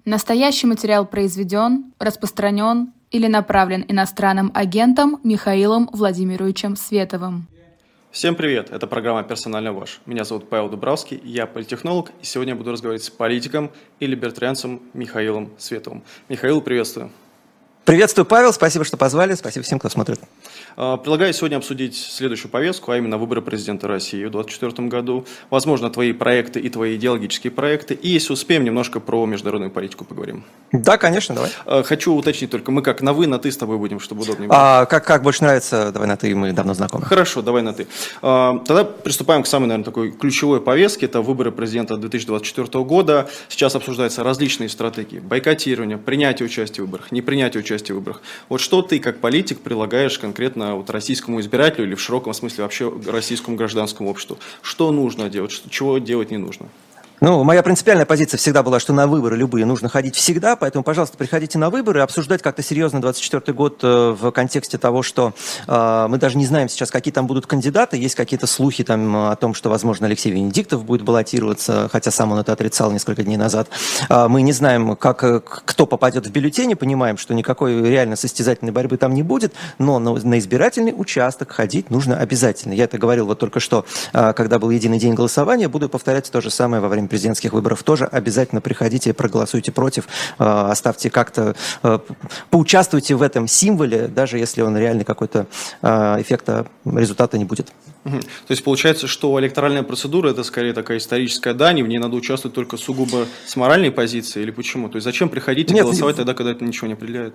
Настоящий материал произведен, распространен или направлен иностранным агентом Михаилом Владимировичем Световым. Всем привет, это программа «Персонально ваш». Меня зовут Павел Дубравский, я политтехнолог, и сегодня я буду разговаривать с политиком и либертарианцем Михаилом Световым. Михаил, приветствую. Приветствую, Павел, спасибо, что позвали, спасибо всем, кто смотрит. Предлагаю сегодня обсудить следующую повестку, а именно выборы президента России в 2024 году. Возможно, твои проекты и твои идеологические проекты. И если успеем, немножко про международную политику поговорим. Да, конечно, давай. Хочу уточнить только, мы как на вы, на ты с тобой будем, чтобы удобнее было. Как больше нравится, давай на ты, мы давно знакомы. Хорошо, давай на ты. Тогда приступаем к самой, наверное, такой ключевой повестке. Это выборы президента 2024 года. Сейчас обсуждаются различные стратегии. Бойкотирование, принятие участия в выборах, непринятие участия в выборах. Вот что ты, как политик, предлагаешь конкретно вот российскому избирателю или в широком смысле вообще российскому гражданскому обществу? Что нужно делать, чего делать не нужно? Моя принципиальная позиция всегда была, что на выборы любые нужно ходить всегда, поэтому, пожалуйста, приходите на выборы, обсуждать как-то серьезно 2024 год в контексте того, что мы даже не знаем сейчас, какие там будут кандидаты, есть какие-то слухи там о том, что, возможно, Алексей Венедиктов будет баллотироваться, хотя сам он это отрицал несколько дней назад. Мы не знаем, кто попадет в бюллетени, понимаем, что никакой реально состязательной борьбы там не будет, но на избирательный участок ходить нужно обязательно. Я это говорил вот только что, когда был единый день голосования, буду повторять то же самое во время президентских выборов. Тоже обязательно приходите и проголосуйте против, оставьте как-то, поучаствуйте в этом символе, даже если он реально какой-то эффекта, результата не будет. То есть получается, что электоральная процедура это скорее такая историческая дань, и в ней надо участвовать только сугубо с моральной позиции, или почему? То есть зачем приходить и голосовать тогда, когда это ничего не определяет?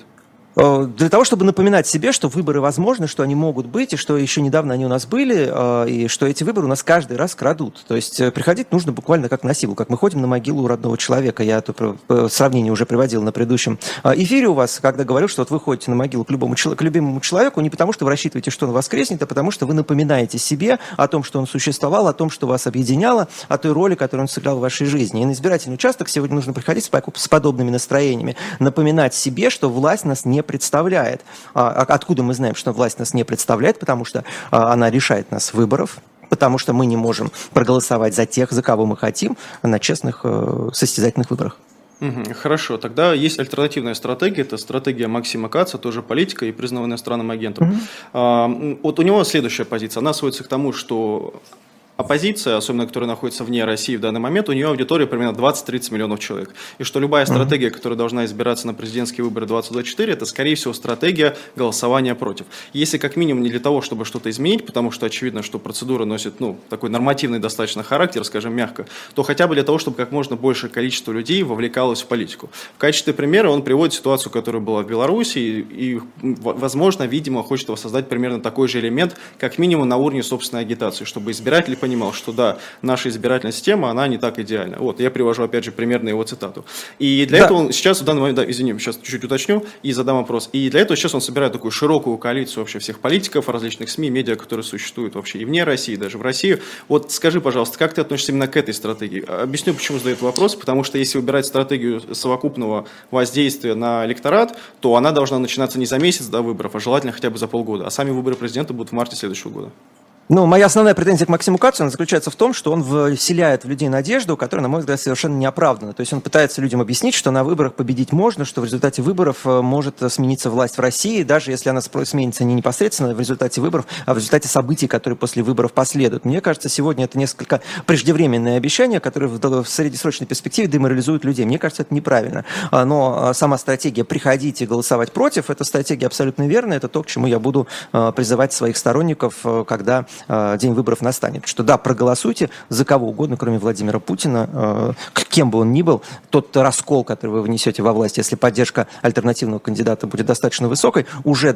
Для того, чтобы напоминать себе, что выборы возможны, что они могут быть, и что еще недавно они у нас были, и что эти выборы у нас каждый раз крадут. То есть приходить нужно буквально как на силу, как мы ходим на могилу родного человека. Я это сравнение уже приводил на предыдущем эфире у вас, когда говорил, что вот вы ходите на могилу к любимому человеку не потому, что вы рассчитываете, что он воскреснет, а потому, что вы напоминаете себе о том, что он существовал, о том, что вас объединяло, о той роли, которую он сыграл в вашей жизни. И на избирательный участок сегодня нужно приходить с подобными настроениями, напоминать себе, что власть нас не представляет. Откуда мы знаем, что власть нас не представляет? Потому что она лишает нас выборов, потому что мы не можем проголосовать за тех, за кого мы хотим, на честных состязательных выборах. Хорошо, тогда есть альтернативная стратегия, это стратегия Максима Каца, тоже политика и признанного иностранным агентом. Вот у него следующая позиция, она сводится к тому, что оппозиция, особенно которая находится вне России в данный момент, у нее аудитория примерно 20-30 миллионов человек. И что любая стратегия, которая должна избираться на президентские выборы 2024, это, скорее всего, стратегия голосования против. Если как минимум не для того, чтобы что-то изменить, потому что очевидно, что процедура носит такой нормативный достаточно характер, скажем мягко, то хотя бы для того, чтобы как можно большее количество людей вовлекалось в политику. В качестве примера он приводит ситуацию, которая была в Беларуси, и возможно, видимо, хочет воссоздать примерно такой же элемент, как минимум на уровне собственной агитации, чтобы избиратели понимал, что да, наша избирательная система, она не так идеальна. Вот, я привожу, опять же, примерно его цитату. И для этого он сейчас, в данный момент, сейчас чуть-чуть уточню и задам вопрос. И для этого сейчас он собирает такую широкую коалицию вообще всех политиков, различных СМИ, медиа, которые существуют вообще и вне России, даже в России. Вот скажи, пожалуйста, как ты относишься именно к этой стратегии? Объясню, почему задаю этот вопрос, потому что если выбирать стратегию совокупного воздействия на электорат, то она должна начинаться не за месяц до выборов, а желательно хотя бы за полгода. А сами выборы президента будут в марте следующего года. Моя основная претензия к Максиму Кацу заключается в том, что он вселяет в людей надежду, которая, на мой взгляд, совершенно неоправдана. То есть он пытается людям объяснить, что на выборах победить можно, что в результате выборов может смениться власть в России, даже если она сменится не непосредственно в результате выборов, а в результате событий, которые после выборов последуют. Мне кажется, сегодня это несколько преждевременное обещание, которое в среднесрочной перспективе деморализует людей. Мне кажется, это неправильно. Но сама стратегия «приходите голосовать против» — это стратегия абсолютно верная, это то, к чему я буду призывать своих сторонников, когда день выборов настанет. Что да, проголосуйте за кого угодно, кроме Владимира Путина, кем бы он ни был. Тот раскол, который вы внесете во власть, если поддержка альтернативного кандидата будет достаточно высокой, уже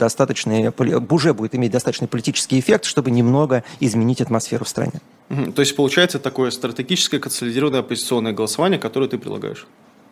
будет иметь достаточный политический эффект, чтобы немного изменить атмосферу в стране. То есть получается такое стратегическое консолидированное оппозиционное голосование, которое ты предлагаешь?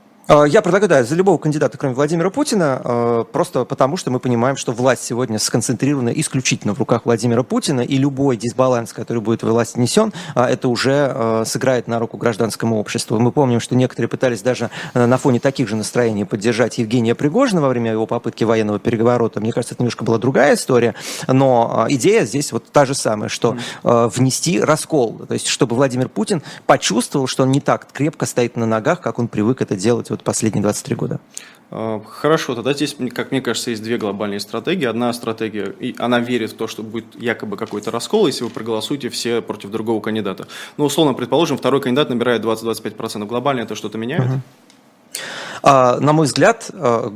Я предлагаю, за любого кандидата, кроме Владимира Путина, просто потому, что мы понимаем, что власть сегодня сконцентрирована исключительно в руках Владимира Путина, и любой дисбаланс, который будет в власть внесен, это уже сыграет на руку гражданскому обществу. Мы помним, что некоторые пытались даже на фоне таких же настроений поддержать Евгения Пригожина во время его попытки военного переворота. Мне кажется, это немножко была другая история, но идея здесь вот та же самая, что внести раскол, то есть чтобы Владимир Путин почувствовал, что он не так крепко стоит на ногах, как он привык это делать вот последние 23 года. Хорошо, тогда здесь, как мне кажется, есть две глобальные стратегии. Одна стратегия, и она верит в то, что будет якобы какой-то раскол, если вы проголосуете все против другого кандидата. Ну, условно, предположим, второй кандидат набирает 20-25%. Глобально это что-то меняет? На мой взгляд,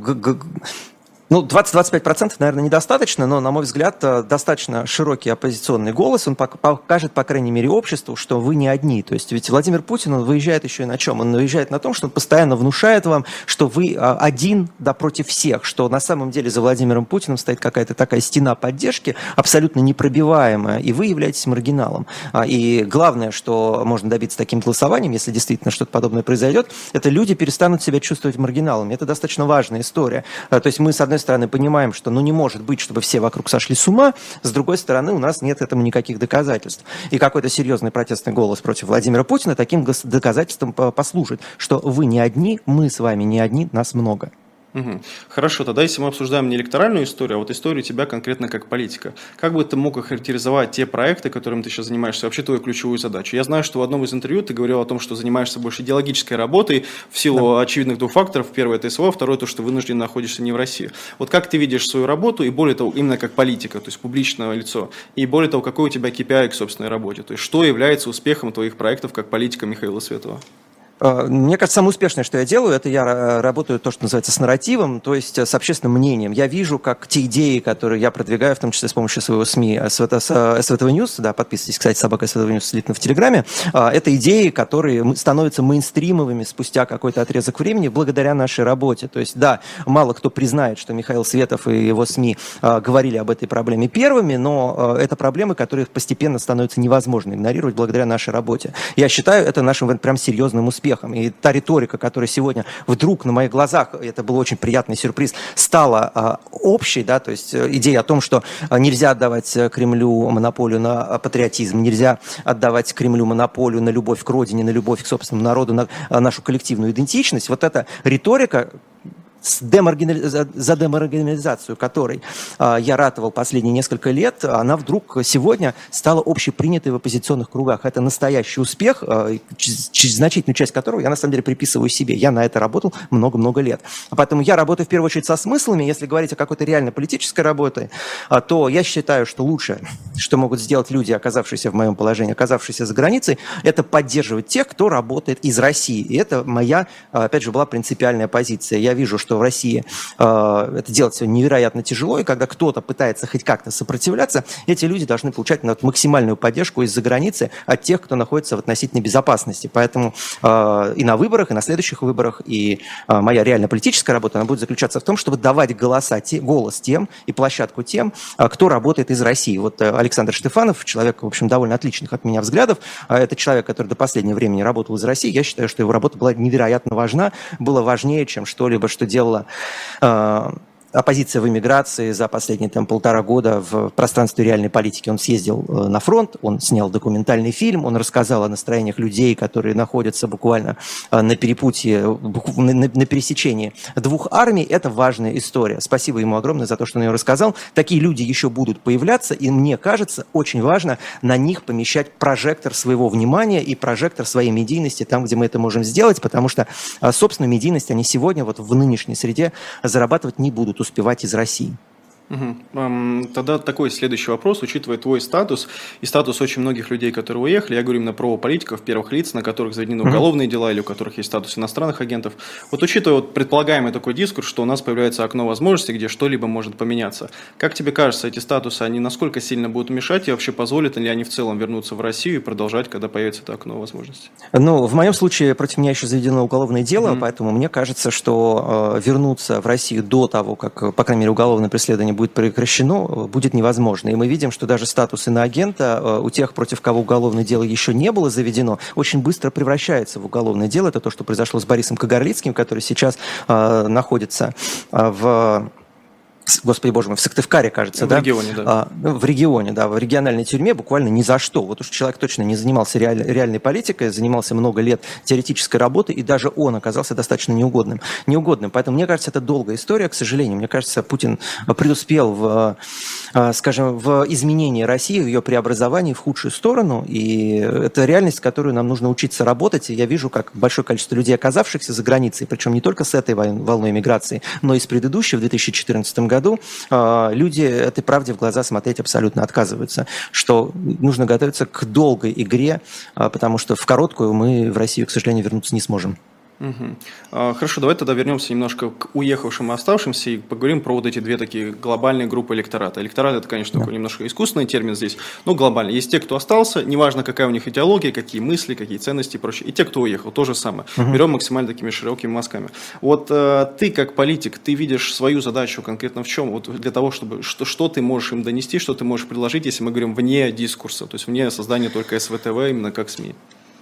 20-25%, наверное, недостаточно, но, на мой взгляд, достаточно широкий оппозиционный голос. Он покажет, по крайней мере, обществу, что вы не одни. То есть ведь Владимир Путин, он выезжает еще и на чем? Он выезжает на том, что он постоянно внушает вам, что вы один против всех, что на самом деле за Владимиром Путиным стоит какая-то такая стена поддержки, абсолютно непробиваемая, и вы являетесь маргиналом. И главное, что можно добиться таким голосованием, если действительно что-то подобное произойдет, это люди перестанут себя чувствовать маргиналами. Это достаточно важная история. То есть мы, с одной стороны, понимаем, что не может быть, чтобы все вокруг сошли с ума, с другой стороны, у нас нет этому никаких доказательств. И какой-то серьезный протестный голос против Владимира Путина таким доказательством послужит, что вы не одни, мы с вами не одни, нас много. Угу. Хорошо, тогда если мы обсуждаем не электоральную историю, а вот историю тебя конкретно как политика, как бы ты мог охарактеризовать те проекты, которыми ты сейчас занимаешься, вообще твою ключевую задачу? Я знаю, что в одном из интервью ты говорил о том, что занимаешься больше идеологической работой в силу очевидных двух факторов. Первое – это СВО, второе – то, что вынужден находишься не в России. Вот как ты видишь свою работу и, более того, именно как политика, то есть публичное лицо, и более того, какой у тебя KPI к собственной работе, то есть что является успехом твоих проектов как политика Михаила Светова? Мне кажется, самое успешное, что я делаю, это я работаю то, что называется, с нарративом, то есть с общественным мнением. Я вижу, как те идеи, которые я продвигаю, в том числе с помощью своего СМИ СВТВ Ньюс, да, подписывайтесь, кстати, собака СВТВ Ньюс слитно в Телеграме, это идеи, которые становятся мейнстримовыми спустя какой-то отрезок времени благодаря нашей работе. То есть, да, мало кто признает, что Михаил Светов и его СМИ говорили об этой проблеме первыми, но это проблемы, которые постепенно становятся невозможно игнорировать благодаря нашей работе. Я считаю это нашим прям серьезным успехом. И та риторика, которая сегодня вдруг на моих глазах, это был очень приятный сюрприз, стала общей, да, то есть идея о том, что нельзя отдавать Кремлю монополию на патриотизм, нельзя отдавать Кремлю монополию на любовь к родине, на любовь к собственному народу, на нашу коллективную идентичность. Вот эта риторика, за демаргинализацию которой я ратовал последние несколько лет, она вдруг сегодня стала общепринятой в оппозиционных кругах. Это настоящий успех, значительную часть которого я на самом деле приписываю себе. Я на это работал много-много лет. Поэтому я работаю в первую очередь со смыслами. Если говорить о какой-то реально политической работе, то я считаю, что лучшее, что могут сделать люди, оказавшиеся в моем положении, оказавшиеся за границей, это поддерживать тех, кто работает из России. И это моя, опять же, была принципиальная позиция. Я вижу, что в России это делать все невероятно тяжело, и когда кто-то пытается хоть как-то сопротивляться, эти люди должны получать максимальную поддержку из-за границы от тех, кто находится в относительной безопасности. Поэтому и на выборах, и на следующих выборах, и моя реально политическая работа, она будет заключаться в том, чтобы давать голос тем и площадку тем, кто работает из России. Вот Александр Штефанов, человек, в общем, довольно отличных от меня взглядов, это человек, который до последнего времени работал из России. Я считаю, что его работа была невероятно важна, была важнее, чем что-либо, что делала оппозиция в эмиграции за последние полтора года в пространстве реальной политики. Он съездил на фронт, он снял документальный фильм, он рассказал о настроениях людей, которые находятся буквально на перепутье, на пересечении двух армий. Это важная история. Спасибо ему огромное за то, что он ее рассказал. Такие люди еще будут появляться, и мне кажется, очень важно на них помещать прожектор своего внимания и прожектор своей медийности там, где мы это можем сделать, потому что собственную медийность они сегодня вот в нынешней среде зарабатывать не будут успевать из России. Угу. Тогда такой следующий вопрос, учитывая твой статус и статус очень многих людей, которые уехали, я говорю именно про политиков, первых лиц, на которых заведены уголовные дела или у которых есть статус иностранных агентов. Вот учитывая предполагаемый такой дискурс, что у нас появляется окно возможностей, где что-либо может поменяться, как тебе кажется, эти статусы, они насколько сильно будут мешать и вообще позволят ли они в целом вернуться в Россию и продолжать, когда появится это окно возможностей? Ну, в моем случае против меня еще заведено уголовное дело, поэтому мне кажется, что вернуться в Россию до того, как, по крайней мере, уголовное преследование будет прекращено, будет невозможно. И мы видим, что даже статус иноагента у тех, против кого уголовное дело еще не было заведено, очень быстро превращается в уголовное дело. Это то, что произошло с Борисом Кагарлицким, который сейчас находится в Господи боже мой, в Сыктывкаре, кажется, в регионе, да. В регионе, да, в региональной тюрьме буквально ни за что. Вот уж человек точно не занимался реальной политикой, занимался много лет теоретической работой, и даже он оказался достаточно неугодным. Поэтому, мне кажется, это долгая история, к сожалению. Мне кажется, Путин преуспел скажем, в изменении России, в ее преобразовании в худшую сторону, и это реальность, в которую нам нужно учиться работать, и я вижу, как большое количество людей, оказавшихся за границей, причем не только с этой волной миграции, но и с предыдущей в 2014 году, люди этой правде в глаза смотреть абсолютно отказываются, что нужно готовиться к долгой игре, потому что в короткую мы в Россию, к сожалению, вернуться не сможем. Хорошо, давай тогда вернемся немножко к уехавшим и оставшимся и поговорим про вот эти две такие глобальные группы электората. Электорат – это, конечно, такой немножко искусственный термин здесь, но глобальный. Есть те, кто остался, неважно, какая у них идеология, какие мысли, какие ценности и прочее, и те, кто уехал, то же самое. Берем максимально такими широкими мазками. Вот ты, как политик, ты видишь свою задачу конкретно в чем? Вот для того, чтобы что ты можешь им донести, что ты можешь предложить, если мы говорим вне дискурса, то есть вне создания только СВТВ, именно как СМИ?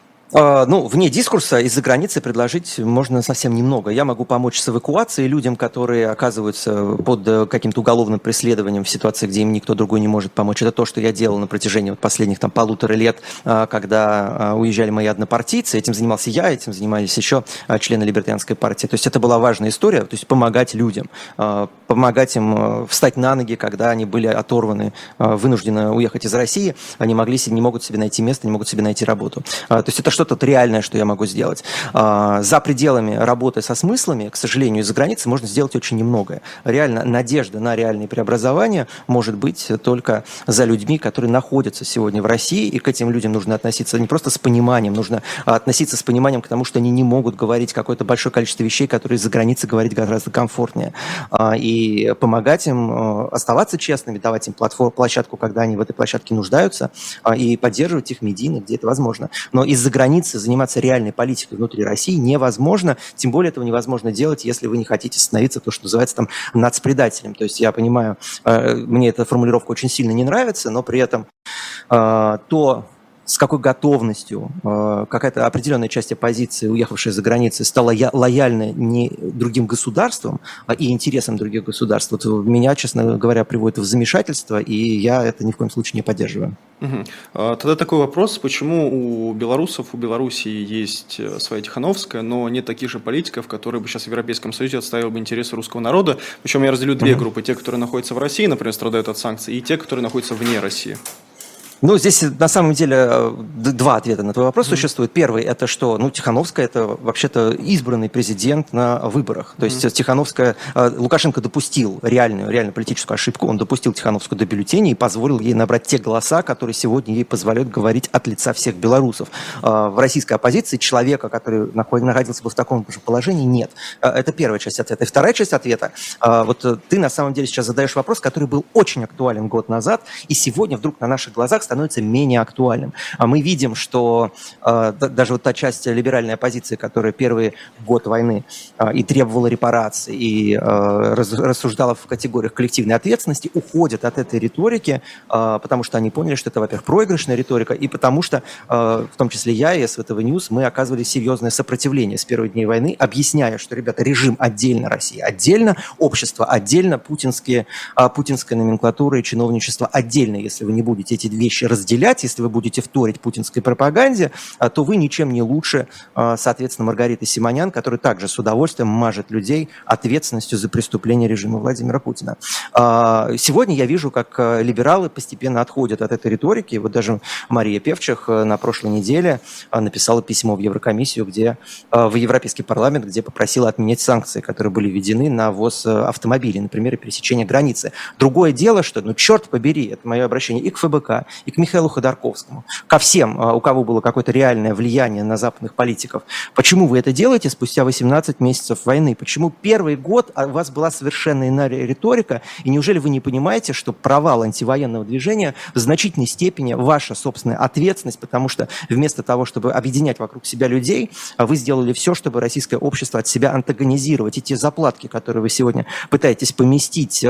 Вне дискурса из-за границы предложить можно совсем немного. Я могу помочь с эвакуацией людям, которые оказываются под каким-то уголовным преследованием в ситуации, где им никто другой не может помочь. Это то, что я делал на протяжении последних 1,5 лет, когда уезжали мои однопартийцы. Этим занимался я, этим занимались еще члены Либертарианской партии. То есть это была важная история, то есть помогать людям, помогать им встать на ноги, когда они были оторваны, вынуждены уехать из России, они не могут себе найти место, не могут себе найти работу. То есть это что-то реальное, что я могу сделать. За пределами работы со смыслами, к сожалению, из-за границы можно сделать очень немногое. Реально надежда на реальные преобразования может быть только за людьми, которые находятся сегодня в России, и к этим людям нужно относиться не просто с пониманием, нужно относиться с пониманием к тому, что они не могут говорить какое-то большое количество вещей, которые из-за границы говорить гораздо комфортнее. И помогать им оставаться честными, давать им площадку, когда они в этой площадке нуждаются, и поддерживать их медийно, где это возможно. Но из-за границы заниматься реальной политикой внутри России невозможно, тем более этого невозможно делать, если вы не хотите становиться то, что называется там нацпредателем. То есть я понимаю, мне эта формулировка очень сильно не нравится, но при этом то, с какой готовностью какая-то определенная часть оппозиции, уехавшая за границей, стала лояльна не другим государствам и интересам других государств, вот меня, честно говоря, приводит в замешательство, и я это ни в коем случае не поддерживаю. Тогда такой вопрос, почему у белорусов, у Белоруссии есть своя Тихановская, но нет таких же политиков, которые бы сейчас в Европейском Союзе отстаивали бы интересы русского народа? Причем я разделю две группы, те, которые находятся в России, например, страдают от санкций, и те, которые находятся вне России. Здесь на самом деле два ответа на твой вопрос существует. Первый – это что, Тихановская – это вообще-то избранный президент на выборах. То есть Тихановская, Лукашенко допустил реальную политическую ошибку, он допустил Тихановскую до бюллетеней и позволил ей набрать те голоса, которые сегодня ей позволяют говорить от лица всех белорусов. В российской оппозиции человека, который находился бы в таком же положении, нет. Это первая часть ответа. И вторая часть ответа. Вот ты на самом деле сейчас задаешь вопрос, который был очень актуален год назад, и сегодня вдруг на наших глазах становится менее актуальным. А мы видим, что даже вот та часть либеральной оппозиции, которая первый год войны и требовала репараций, и рассуждала в категориях коллективной ответственности, уходят от этой риторики, потому что они поняли, что это, во-первых, проигрышная риторика, и потому что, в том числе я и СВТВ Ньюс, мы оказывали серьезное сопротивление с первых дней войны, объясняя, что, ребята, режим отдельно России, отдельно общество, отдельно путинская номенклатура и чиновничество отдельно. Если вы не будете эти вещи разделять, если вы будете вторить путинской пропаганде, то вы ничем не лучше, соответственно, Маргариты Симонян, которая также с удовольствием мажет людей ответственностью за преступление режима Владимира Путина. Сегодня я вижу, как либералы постепенно отходят от этой риторики. Вот даже Мария Певчих на прошлой неделе написала письмо в Еврокомиссию, в Европейский парламент, где попросила отменять санкции, которые были введены на ввоз автомобилей, например, и пересечение границы. Другое дело, что, черт побери, это мое обращение и к ФБК, и к Михаилу Ходорковскому, ко всем, у кого было какое-то реальное влияние на западных политиков. Почему вы это делаете спустя 18 месяцев войны? Почему первый год у вас была совершенно иная риторика? И неужели вы не понимаете, что провал антивоенного движения в значительной степени ваша собственная ответственность, потому что вместо того, чтобы объединять вокруг себя людей, вы сделали все, чтобы российское общество от себя антагонизировать. И те заплатки, которые вы сегодня пытаетесь поместить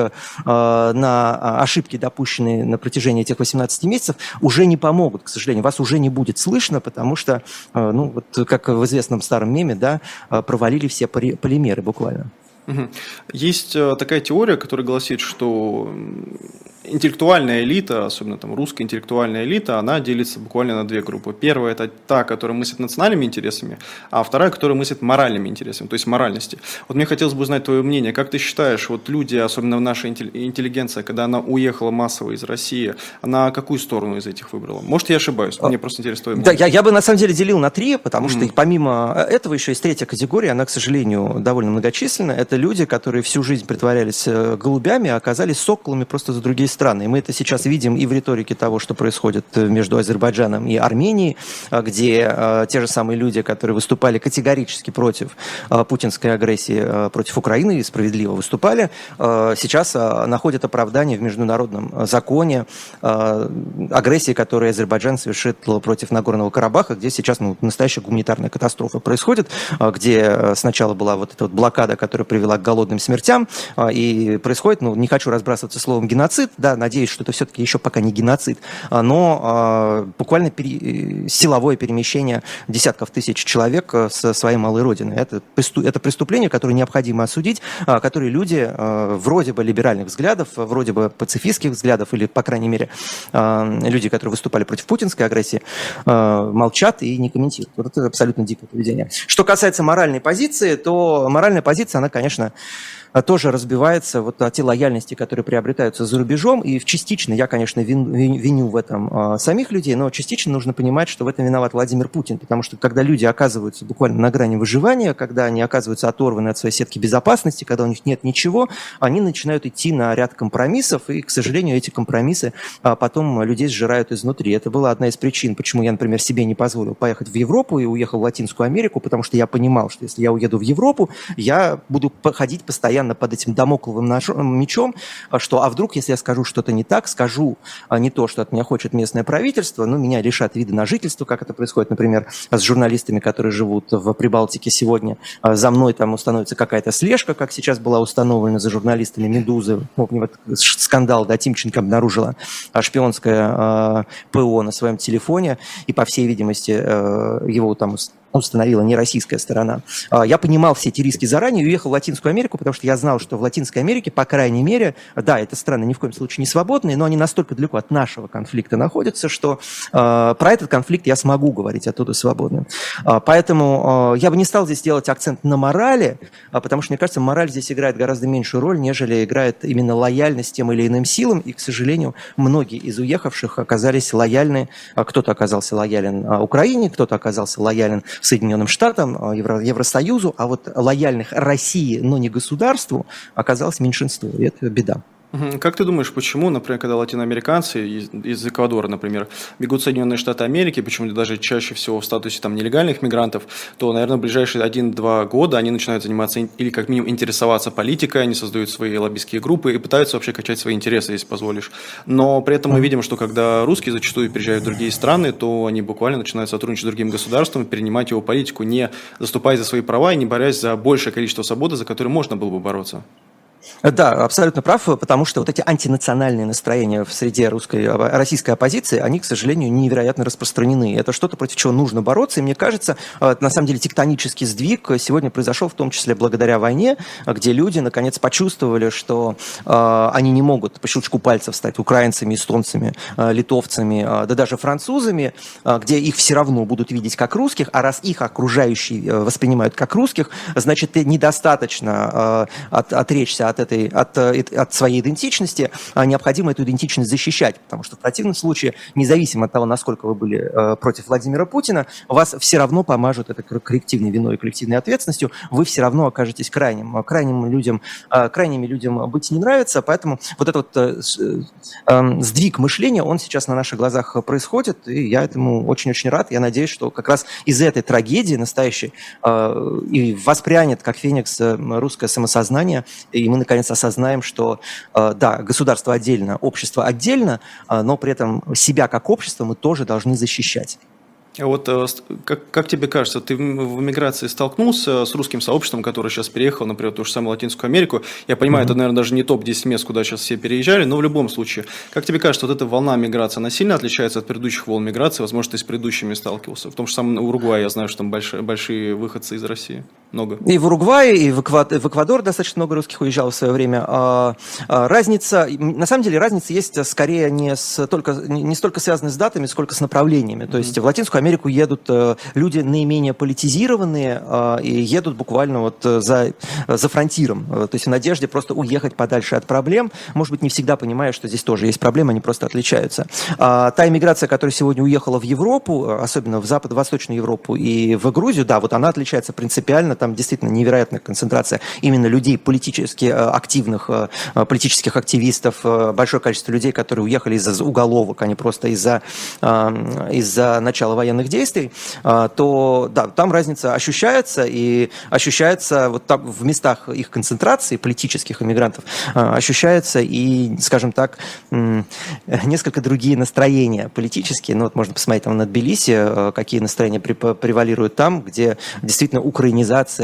на ошибки, допущенные на протяжении этих 18 месяцев, уже не помогут, к сожалению. Вас уже не будет слышно, потому что, как в известном старом меме, провалили все полимеры буквально. Мгм. Есть такая теория, которая гласит, что интеллектуальная элита, особенно там русская интеллектуальная элита, она делится буквально на две группы. Первая – это та, которая мыслит национальными интересами, а вторая, которая мыслит моральными интересами, то есть моральности. Вот мне хотелось бы узнать твое мнение. Как ты считаешь, вот люди, особенно наша интеллигенция, когда она уехала массово из России, она какую сторону из этих выбрала? Может, я ошибаюсь? Мне просто интересно твое мнение. Да, я бы на самом деле делил на три, потому что помимо этого еще есть третья категория, она, к сожалению, довольно многочисленная. Это люди, которые всю жизнь притворялись голубями, а оказались соколами просто за другие страны. И мы это сейчас видим и в риторике того, что происходит между Азербайджаном и Арменией, где те же самые люди, которые выступали категорически против путинской агрессии против Украины, и справедливо выступали, сейчас находят оправдание в международном законе агрессии, которую Азербайджан совершит против Нагорного Карабаха, где сейчас настоящая гуманитарная катастрофа происходит, где сначала была вот эта вот блокада, которая привела к голодным смертям, и происходит, не хочу разбрасываться словом геноцид, да, надеюсь, что это все-таки еще пока не геноцид, но буквально силовое перемещение десятков тысяч человек со своей малой родины. Это преступление, которое необходимо осудить, которые люди вроде бы либеральных взглядов, вроде бы пацифистских взглядов, или, по крайней мере, люди, которые выступали против путинской агрессии, молчат и не комментируют. Вот это абсолютно дикое поведение. Что касается моральной позиции, то моральная позиция, она, конечно, тоже разбивается вот о те лояльности, которые приобретаются за рубежом, и частично я, конечно, виню в этом самих людей, но частично нужно понимать, что в этом виноват Владимир Путин, потому что когда люди оказываются буквально на грани выживания, когда они оказываются оторваны от своей сетки безопасности, когда у них нет ничего, они начинают идти на ряд компромиссов, и, к сожалению, эти компромиссы потом людей сжирают изнутри. Это была одна из причин, почему я, например, себе не позволил поехать в Европу и уехал в Латинскую Америку, потому что я понимал, что если я уеду в Европу, я буду ходить постоянно под этим дамокловым мечом, что, а вдруг, если я скажу что-то не так, скажу не то, что от меня хочет местное правительство, меня лишат вида на жительство, как это происходит, например, с журналистами, которые живут в Прибалтике сегодня. За мной там установится какая-то слежка, как сейчас была установлена за журналистами «Медузы». Помню, вот скандал, да, Тимченко обнаружила шпионское ПО на своем телефоне, и, по всей видимости, его там установила не российская сторона. Я понимал все эти риски заранее и уехал в Латинскую Америку, потому что я знал, что в Латинской Америке, по крайней мере, да, это страны ни в коем случае не свободные, но они настолько далеко от нашего конфликта находятся, что про этот конфликт я смогу говорить оттуда свободно. Поэтому я бы не стал здесь делать акцент на морали, потому что, мне кажется, мораль здесь играет гораздо меньшую роль, нежели играет именно лояльность тем или иным силам, и, к сожалению, многие из уехавших оказались лояльны, кто-то оказался лоялен Украине, кто-то оказался лоялен Соединенным Штатам, Евросоюзу, а вот лояльных России, но не государству, оказалось меньшинство, и это беда. Как ты думаешь, почему, например, когда латиноамериканцы из Эквадора, например, бегут в Соединенные Штаты Америки, почему-то даже чаще всего в статусе там нелегальных мигрантов, то, наверное, в ближайшие 1-2 года они начинают заниматься или как минимум интересоваться политикой, они создают свои лоббистские группы и пытаются вообще качать свои интересы, если позволишь. Но при этом мы видим, что когда русские зачастую приезжают в другие страны, то они буквально начинают сотрудничать с другим государством, перенимать его политику, не заступая за свои права и не борясь за большее количество свободы, за которые можно было бы бороться. Да, абсолютно прав, потому что вот эти антинациональные настроения в среде российской оппозиции, они, к сожалению, невероятно распространены. Это что-то, против чего нужно бороться, и мне кажется, на самом деле тектонический сдвиг сегодня произошел в том числе благодаря войне, где люди наконец почувствовали, что они не могут по щелчку пальцев стать украинцами, эстонцами, литовцами, да даже французами, где их все равно будут видеть как русских, а раз их окружающие воспринимают как русских, значит, недостаточно отречься от своей идентичности, необходимо эту идентичность защищать, потому что в противном случае, независимо от того, насколько вы были против Владимира Путина, вас все равно помажут этой коллективной виной и коллективной ответственностью, вы все равно окажетесь крайним. Крайними людям быть не нравится, поэтому вот этот сдвиг мышления, он сейчас на наших глазах происходит, и я этому очень-очень рад. Я надеюсь, что как раз из этой трагедии настоящей и воспрянет, как феникс, русское самосознание, и мы наконец осознаем, что да, государство отдельно, общество отдельно, но при этом себя как общество мы тоже должны защищать. А вот как тебе кажется, ты в эмиграции столкнулся с русским сообществом, которое сейчас переехало, например, в ту же самую Латинскую Америку? Я понимаю, это, наверное, даже не топ-10 мест, куда сейчас все переезжали, но в любом случае, как тебе кажется, вот эта волна миграции, она сильно отличается от предыдущих волн миграции? Возможно, ты с предыдущими сталкивался. В том же самом Уругвае я знаю, что там большие выходцы из России. Много. И в Уругвае, и в Эквадор достаточно много русских уезжало в свое время. Разница, на самом деле, разница есть скорее не столько связана с датами, сколько с направлениями. То есть в Латинскую Америку едут люди наименее политизированные и едут буквально вот за фронтиром. То есть в надежде просто уехать подальше от проблем. Может быть, не всегда понимая, что здесь тоже есть проблемы, они просто отличаются. Та иммиграция, которая сегодня уехала в Европу, особенно в Восточную Европу и в Грузию, да, вот она отличается принципиально. Там действительно невероятная концентрация именно людей политически активных, политических активистов, большое количество людей, которые уехали из-за уголовок, а не просто из-за начала военных действий, то да, там разница ощущается, и ощущается вот там в местах их концентрации политических иммигрантов, ощущается и, скажем так, несколько другие настроения политические. Ну вот можно посмотреть там на Тбилиси, какие настроения превалируют там, где действительно украинизация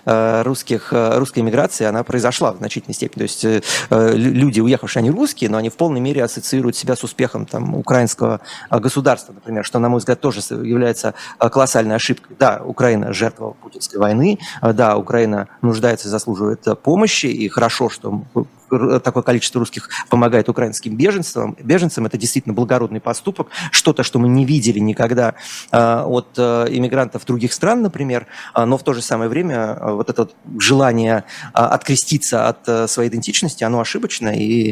русской эмиграции, она произошла в значительной степени. То есть люди, уехавшие, они русские, но они в полной мере ассоциируют себя с успехом там, украинского государства, например, что, на мой взгляд, тоже является колоссальной ошибкой. Да, Украина жертва путинской войны, да, Украина нуждается и заслуживает помощи, и хорошо, что такое количество русских помогает украинским беженцам. Это действительно благородный поступок, что-то, что мы не видели никогда от иммигрантов других стран, например, но в то же самое время вот это желание откреститься от своей идентичности, оно ошибочно и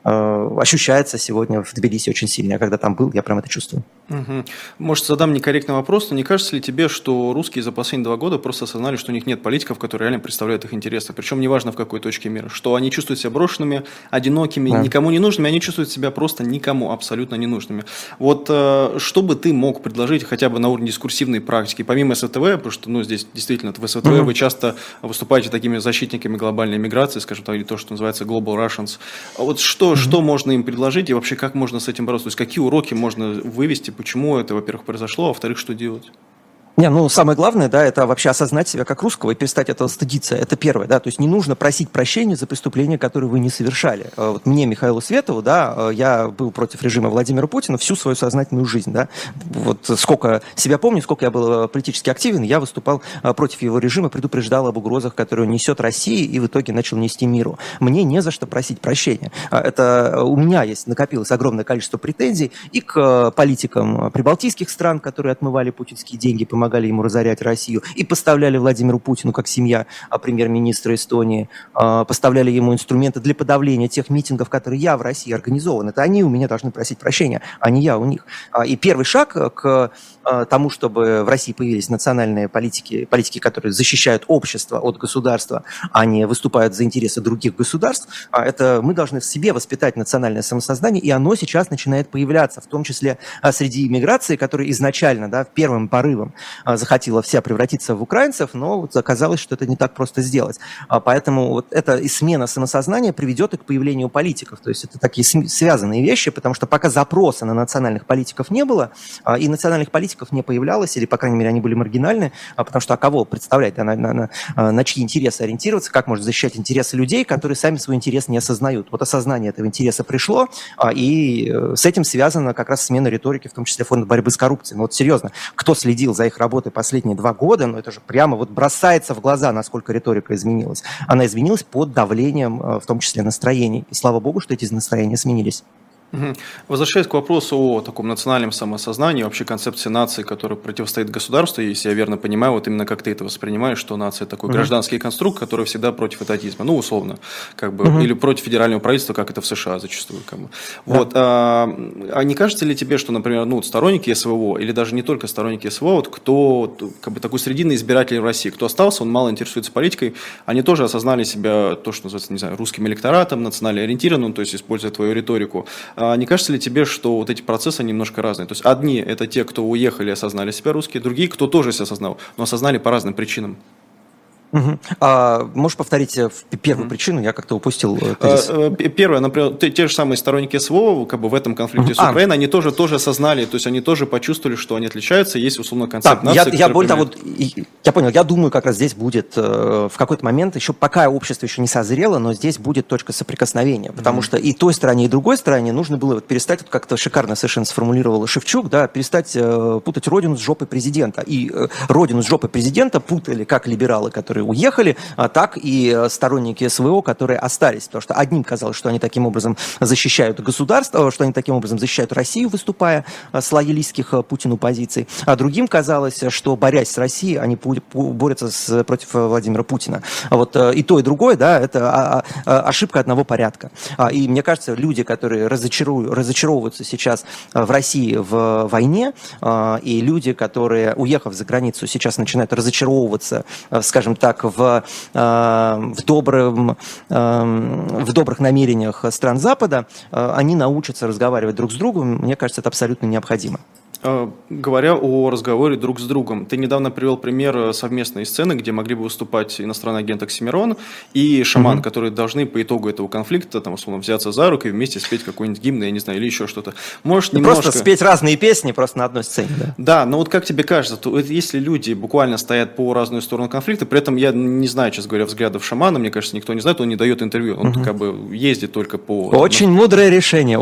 ощущается сегодня в Тбилиси очень сильно. Я когда там был, я прям это чувствую. Угу. Может, задам некорректный вопрос, но не кажется ли тебе, что русские за последние 2 года просто осознали, что у них нет политиков, которые реально представляют их интересы, причем неважно в какой точке мира, что они чувствуют себя брошенными, одинокими, да, никому не нужными, они чувствуют себя просто никому абсолютно не нужными. Вот что бы ты мог предложить хотя бы на уровне дискурсивной практики, помимо СВТВ, потому что здесь действительно в СВТВ вы часто выступаете такими защитниками глобальной миграции, скажем так, или то, что называется Global Russians. Вот что можно им предложить и вообще как можно с этим бороться? То есть какие уроки можно вывести, почему это, во-первых, произошло, а во-вторых, что делать? Самое главное, да, это вообще осознать себя как русского и перестать этого стыдиться. Это первое, да, то есть не нужно просить прощения за преступления, которые вы не совершали. Вот мне, Михаилу Светову, да, я был против режима Владимира Путина всю свою сознательную жизнь, да. Вот сколько себя помню, сколько я был политически активен, я выступал против его режима, предупреждал об угрозах, которые он несет России, и в итоге начал нести миру. Мне не за что просить прощения. Это у меня накопилось огромное количество претензий и к политикам прибалтийских стран, которые отмывали путинские деньги, помогали ему разорять Россию, и поставляли Владимиру Путину, как семья премьер-министра Эстонии, поставляли ему инструменты для подавления тех митингов, которые я в России организован. Это они у меня должны просить прощения, а не я у них. И первый шаг к тому, чтобы в России появились национальные политики, которые защищают общество от государства, а не выступают за интересы других государств, это мы должны в себе воспитать национальное самосознание, и оно сейчас начинает появляться, в том числе среди иммиграции, которая изначально, да, первым порывом захотела вся превратиться в украинцев, но вот оказалось, что это не так просто сделать. Поэтому вот эта и смена самосознания приведет и к появлению политиков. То есть это такие связанные вещи, потому что пока запроса на национальных политиков не было, и национальных политиков не появлялось, или, по крайней мере, они были маргинальны, потому что кого представлять, на чьи интересы ориентироваться, как можно защищать интересы людей, которые сами свой интерес не осознают. Вот осознание этого интереса пришло, и с этим связана как раз смена риторики, в том числе Фонда борьбы с коррупцией. Вот серьезно, кто следил за их работой последние 2 года, это же прямо вот бросается в глаза, насколько риторика изменилась. Она изменилась под давлением, в том числе настроений. И слава богу, что эти настроения сменились. Возвращаясь к вопросу о таком национальном самосознании, вообще концепции нации, которая противостоит государству, если я верно понимаю, вот именно как ты это воспринимаешь, что нация такой гражданский конструкт, который всегда против этатизма, условно, или против федерального правительства, как это в США зачастую. Вот, а не кажется ли тебе, что, например, сторонники СВО, или даже не только сторонники СВО, кто такой срединный избиратель в России, кто остался, он мало интересуется политикой, они тоже осознали себя, то, что называется, не знаю, русским электоратом, национально ориентированным, то есть используя твою риторику. Не кажется ли тебе, что вот эти процессы немножко разные? То есть одни – это те, кто уехали и осознали себя русские, другие, кто тоже себя осознал, но осознали по разным причинам. Можешь повторить первую причину? Я как-то упустил тезис. Первое, например, те же самые сторонники СВО как бы в этом конфликте с Украиной, они тоже осознали, то есть они тоже почувствовали, что они отличаются, есть условно концепт нации. Я понял, я думаю, как раз здесь будет в какой-то момент, еще пока общество еще не созрело, но здесь будет точка соприкосновения, потому что и той стороне, и другой стороне нужно было перестать, как-то шикарно совершенно сформулировал Шевчук, да, перестать путать родину с жопой президента. И родину с жопой президента путали как либералы, которые уехали, так и сторонники СВО, которые остались. Потому что одним казалось, что они таким образом защищают государство, что они таким образом защищают Россию, выступая с лоялистских Путину позиций, а другим казалось, что, борясь с Россией, они борются против Владимира Путина. Вот и то, и другое, да, это ошибка одного порядка. И мне кажется, люди, которые разочаровываются сейчас в России в войне, и люди, которые, уехав за границу, сейчас начинают разочаровываться, скажем так, в добрых намерениях стран Запада, они научатся разговаривать друг с другом. Мне кажется, это абсолютно необходимо. Говоря о разговоре друг с другом, ты недавно привел пример совместной сцены, где могли бы выступать иностранный агент Оксимирон и шаман, которые должны по итогу этого конфликта, там, условно, взяться за руку и вместе спеть какой-нибудь гимн, я не знаю, или еще что-то. Может, немножко... Просто спеть разные песни, просто на одной сцене. Да, но вот как тебе кажется, то если люди буквально стоят по разную сторону конфликта, при этом я не знаю, честно говоря, взглядов шамана, мне кажется, никто не знает, он не дает интервью, он как бы ездит только по... Очень мудрое решение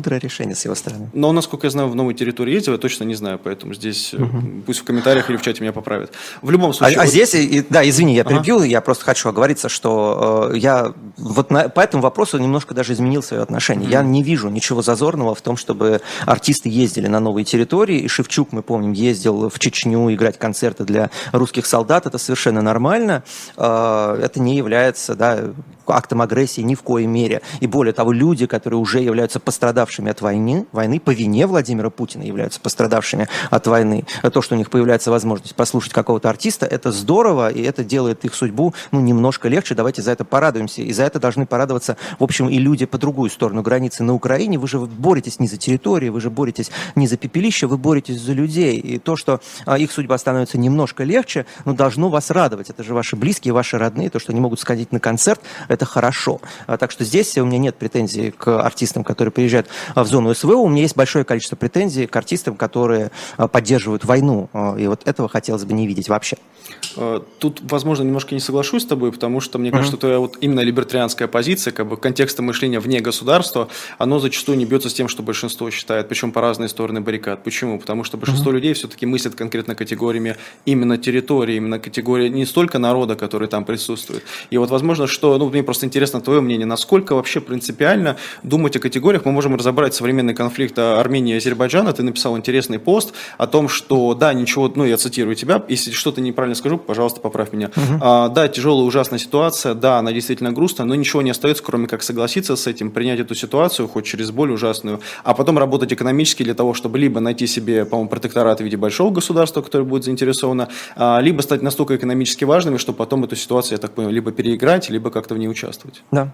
с его стороны. Но, насколько я знаю, в новой территории ездил, я точно не знаю, поэтому здесь пусть в комментариях или в чате меня поправят. В любом случае... Здесь, да, извини, я перебью, я просто хочу оговориться, что я вот по этому вопросу немножко даже изменил свое отношение. Я не вижу ничего зазорного в том, чтобы артисты ездили на новые территории, и Шевчук, мы помним, ездил в Чечню играть концерты для русских солдат, это совершенно нормально, это не является, да, актом агрессии ни в коей мере. И более того, люди, которые уже являются пострадавшими от войны по вине Владимира Путина являются пострадавшими от войны. То, что у них появляется возможность послушать какого-то артиста, это здорово, и это делает их судьбу немножко легче. Давайте за это порадуемся. И за это должны порадоваться, в общем, и люди по другую сторону границы на Украине. Вы же боретесь не за территории, вы же боретесь не за пепелище, вы боретесь за людей. И то, что их судьба становится немножко легче, должно вас радовать. Это же ваши близкие, ваши родные. То, что они могут сходить на концерт, это хорошо. Так что здесь у меня нет претензий к артистам, которые приезжают в зону СВО. У меня есть большое количество претензий к артистам, которые поддерживают войну. И вот этого хотелось бы не видеть вообще. Тут, возможно, немножко не соглашусь с тобой, потому что мне кажется, что вот именно либертарианская позиция, как бы контекста мышления вне государства, оно зачастую не бьется с тем, что большинство считает, причем по разные стороны баррикад. Почему? Потому что большинство людей все-таки мыслят конкретно категориями именно территории, именно категории не столько народа, который там присутствует. И вот, возможно, что, мне просто интересно твое мнение, насколько вообще принципиально думать о категориях. Мы можем разобрать современный конфликт Армении и Азербайджана. Ты написал интересный пост о том, что, да, ничего, я цитирую тебя, если что-то неправильно скажу, пожалуйста, поправь меня. Да, тяжелая, ужасная ситуация, да, она действительно грустная, но ничего не остается, кроме как согласиться с этим, принять эту ситуацию, хоть через боль ужасную, а потом работать экономически для того, чтобы либо найти себе, по-моему, протекторат в виде большого государства, которое будет заинтересовано, либо стать настолько экономически важными, чтобы потом эту ситуацию, я так понял, либо переиграть, либо как-то в ней участвовать. Да.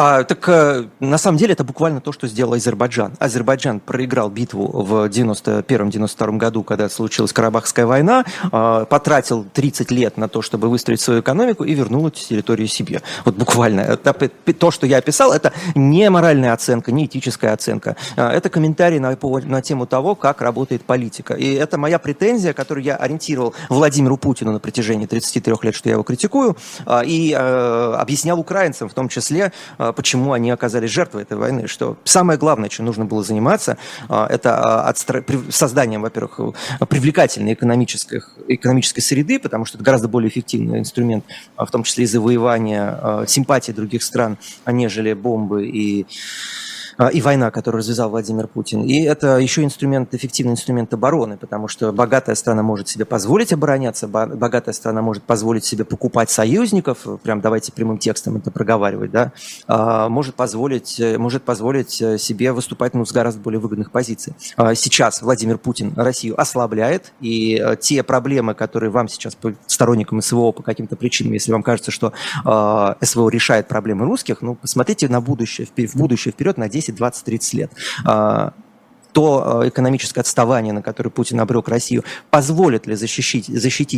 На самом деле это буквально то, что сделал Азербайджан. Азербайджан проиграл битву в 91-92 году, когда случилась Карабахская война, потратил 30 лет на то, чтобы выстроить свою экономику и вернул эти территории себе. Вот буквально. То, что я описал, это не моральная оценка, не этическая оценка. Это комментарий на тему того, как работает политика. И это моя претензия, которую я ориентировал Владимиру Путину на протяжении 33 лет, что я его критикую, и объяснял украинцам в том числе, почему они оказались жертвой этой войны. Что самое главное, чем нужно было заниматься, это созданием, во-первых, привлекательной экономической среды, потому что это гораздо более эффективный инструмент, в том числе и завоевания симпатии других стран, нежели бомбы и война, которую развязал Владимир Путин. И это еще эффективный инструмент обороны, потому что богатая страна может себе позволить обороняться, богатая страна может позволить себе покупать союзников, прям давайте прямым текстом это проговаривать, да, может позволить себе выступать с гораздо более выгодных позиций. Сейчас Владимир Путин Россию ослабляет, и те проблемы, которые вам сейчас, сторонникам СВО, по каким-то причинам, если вам кажется, что СВО решает проблемы русских, посмотрите на будущее, в будущее вперед на 10, 20, 30 лет. то экономическое отставание, на которое Путин обрек Россию, позволит ли защитить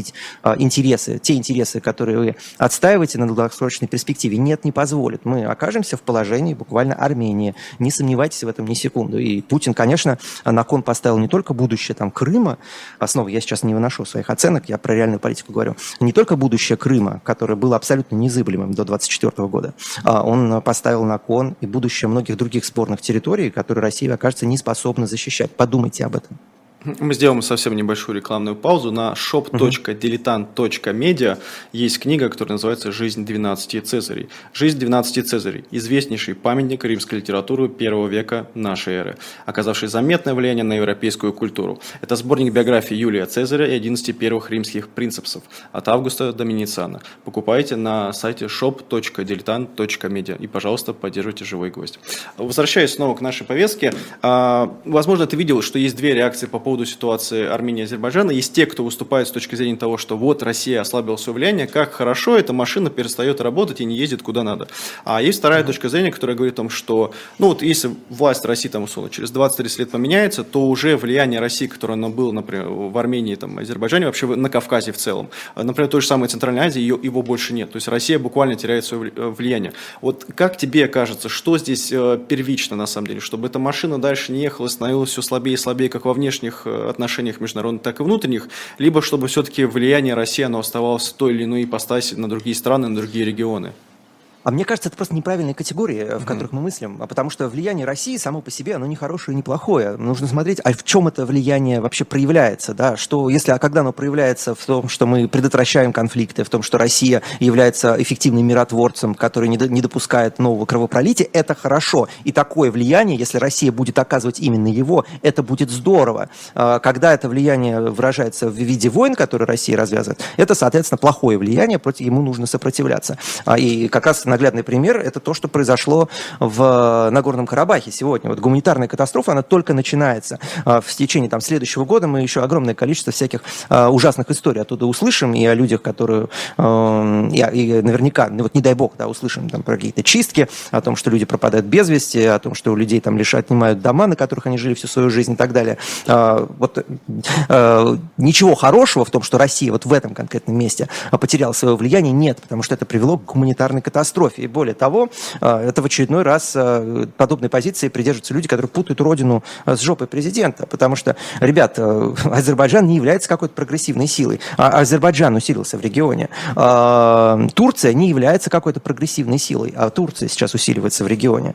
те интересы, которые вы отстаиваете на долгосрочной перспективе? Нет, не позволит. Мы окажемся в положении буквально Армении. Не сомневайтесь в этом ни секунду. И Путин, конечно, на кон поставил не только будущее Крыма, основы я сейчас не выношу своих оценок, я про реальную политику говорю, не только будущее Крыма, которое было абсолютно незыблемым до 2024 года, он поставил на кон и будущее многих других спорных территорий, которые Россия окажется не способна защищать. Подумайте об этом. Мы сделаем совсем небольшую рекламную паузу. На shop.diletant.media есть книга, которая называется «Жизнь 12 Цезарей». «Жизнь 12 Цезарей» – известнейший памятник римской литературы первого века нашей эры, оказавший заметное влияние на европейскую культуру. Это сборник биографии Юлия Цезаря и 11 первых римских принципсов от Августа до Домициана. Покупайте на сайте shop.diletant.media и, пожалуйста, поддерживайте «Живой гвоздь». Возвращаясь снова к нашей повестке, возможно, ты видел, что есть две реакции по поводу ситуации Армении и Азербайджана. Есть те, кто выступает с точки зрения того, что вот Россия ослабила свое влияние, как хорошо эта машина перестает работать и не ездит куда надо. А есть вторая точка зрения, которая говорит о том, что если власть России условно через 20-30 лет поменяется, то уже влияние России, которое оно было, например, в Армении, Азербайджане, вообще на Кавказе в целом, например, той же самой Центральной Азии, его больше нет. То есть Россия буквально теряет свое влияние. Вот как тебе кажется, что здесь первично на самом деле, чтобы эта машина дальше не ехала, становилась все слабее и слабее, как во внешних отношениях международных, так и внутренних, либо чтобы все-таки влияние России оно оставалось в той или иной ипостаси на другие страны, на другие регионы? А мне кажется, это просто неправильные категории, в которых мы мыслим, потому что влияние России само по себе, оно не хорошее и не плохое. Нужно смотреть, а в чем это влияние вообще проявляется, да, когда оно проявляется в том, что мы предотвращаем конфликты, в том, что Россия является эффективным миротворцем, который не допускает нового кровопролития, это хорошо. И такое влияние, если Россия будет оказывать именно его, это будет здорово. Когда это влияние выражается в виде войн, которые Россия развязывает, это, соответственно, плохое влияние, против ему нужно сопротивляться. И как раз наглядный пример – это то, что произошло в Нагорном Карабахе сегодня. Вот гуманитарная катастрофа, она только начинается. В течение следующего года мы еще огромное количество всяких ужасных историй оттуда услышим, и о людях, которые, и наверняка, не дай бог, услышим про какие-то чистки, о том, что люди пропадают без вести, о том, что у людей отнимают дома, на которых они жили всю свою жизнь и так далее. Ничего хорошего в том, что Россия в этом конкретном месте потеряла свое влияние, нет, потому что это привело к гуманитарной катастрофе. И более того, это в очередной раз подобной позиции придерживаются люди, которые путают родину с жопой президента. Потому что, ребят, Азербайджан не является какой-то прогрессивной силой. Азербайджан усилился в регионе. Турция не является какой-то прогрессивной силой. А Турция сейчас усиливается в регионе.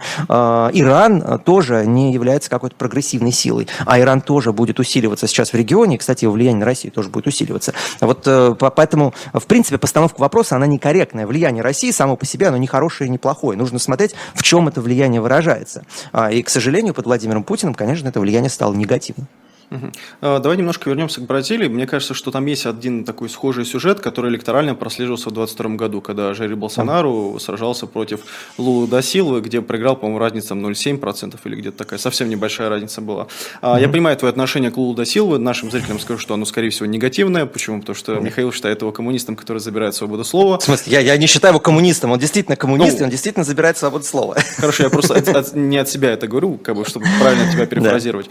Иран тоже не является какой-то прогрессивной силой. А Иран тоже будет усиливаться сейчас в регионе. И, кстати, его влияние на Россию тоже будет усиливаться. Поэтому, в принципе, постановка вопроса, она некорректная. Влияние России само по себе, оно не хорошее и не плохое. Нужно смотреть, в чем это влияние выражается. И, к сожалению, под Владимиром Путиным, конечно, это влияние стало негативным. Давай немножко вернемся к Бразилии. Мне кажется, что там есть один такой схожий сюжет, который электорально прослеживался в 2022 году, когда Жаир Болсонару сражался против Лулы да Силвы, где проиграл, по-моему, разница 0,7% или где-то такая совсем небольшая разница была. Я понимаю твое отношение к Лулу да Силвы. Нашим зрителям скажу, что оно, скорее всего, негативное. Почему? Потому что Михаил считает его коммунистом, который забирает свободу слова. В смысле? Я не считаю его коммунистом. Он действительно коммунист, и он действительно забирает свободу слова. Хорошо, я просто не от себя это говорю, чтобы правильно тебя перефразировать.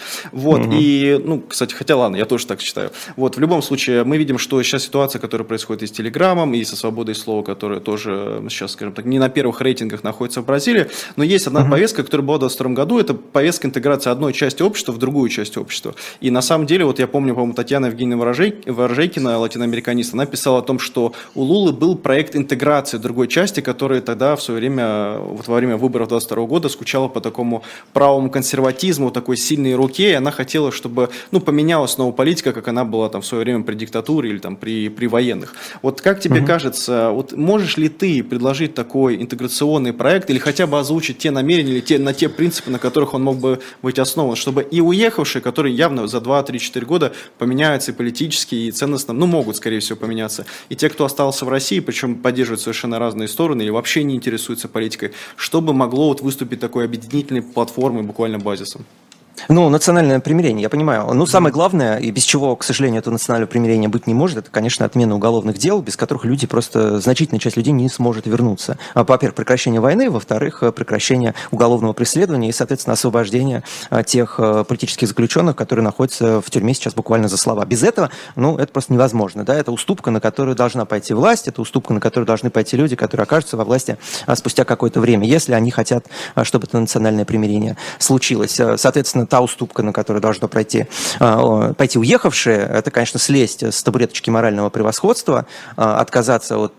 И, кстати, хотя ладно, я тоже так считаю. В любом случае, мы видим, что сейчас ситуация, которая происходит и с Телеграмом, и со свободой слова, которая тоже сейчас, скажем так, не на первых рейтингах находится в Бразилии, но есть одна повестка, которая была в 2022 году, это повестка интеграции одной части общества в другую часть общества. И на самом деле, я помню, по-моему, Татьяна Евгеньевна Ворожейкина, латиноамериканист, она писала о том, что у Лулы был проект интеграции другой части, которая тогда в свое время, во время выборов 2022 года скучала по такому правому консерватизму, такой сильной руке, и она хотела, чтобы, поменялась снова политика, как она была в свое время при диктатуре или при военных. Как тебе кажется, можешь ли ты предложить такой интеграционный проект или хотя бы озвучить те намерения или на те принципы, на которых он мог бы быть основан, чтобы и уехавшие, которые явно за 2-3-4 года поменяются и политически, и ценностно, могут, скорее всего, поменяться, и те, кто остался в России, причем поддерживают совершенно разные стороны или вообще не интересуются политикой, чтобы могло выступить такой объединительной платформой, буквально базисом? Ну, национальное примирение, я понимаю. Ну, самое главное, и без чего, к сожалению, этого национального примирения быть не может, это, конечно, отмена уголовных дел, без которых люди просто, значительная часть людей не сможет вернуться. Во-первых, прекращение войны, во-вторых, прекращение уголовного преследования и, соответственно, освобождение тех политических заключенных, которые находятся в тюрьме сейчас буквально за слова. Без этого, ну, это просто невозможно, да, это уступка, на которую должна пойти власть, это уступка, на которую должны пойти люди, которые окажутся во власти спустя какое-то время, если они хотят, чтобы это национальное примирение случилось. Соответственно, та уступка, на которую должно пойти уехавшие, это, конечно, слезть с табуреточки морального превосходства, отказаться от...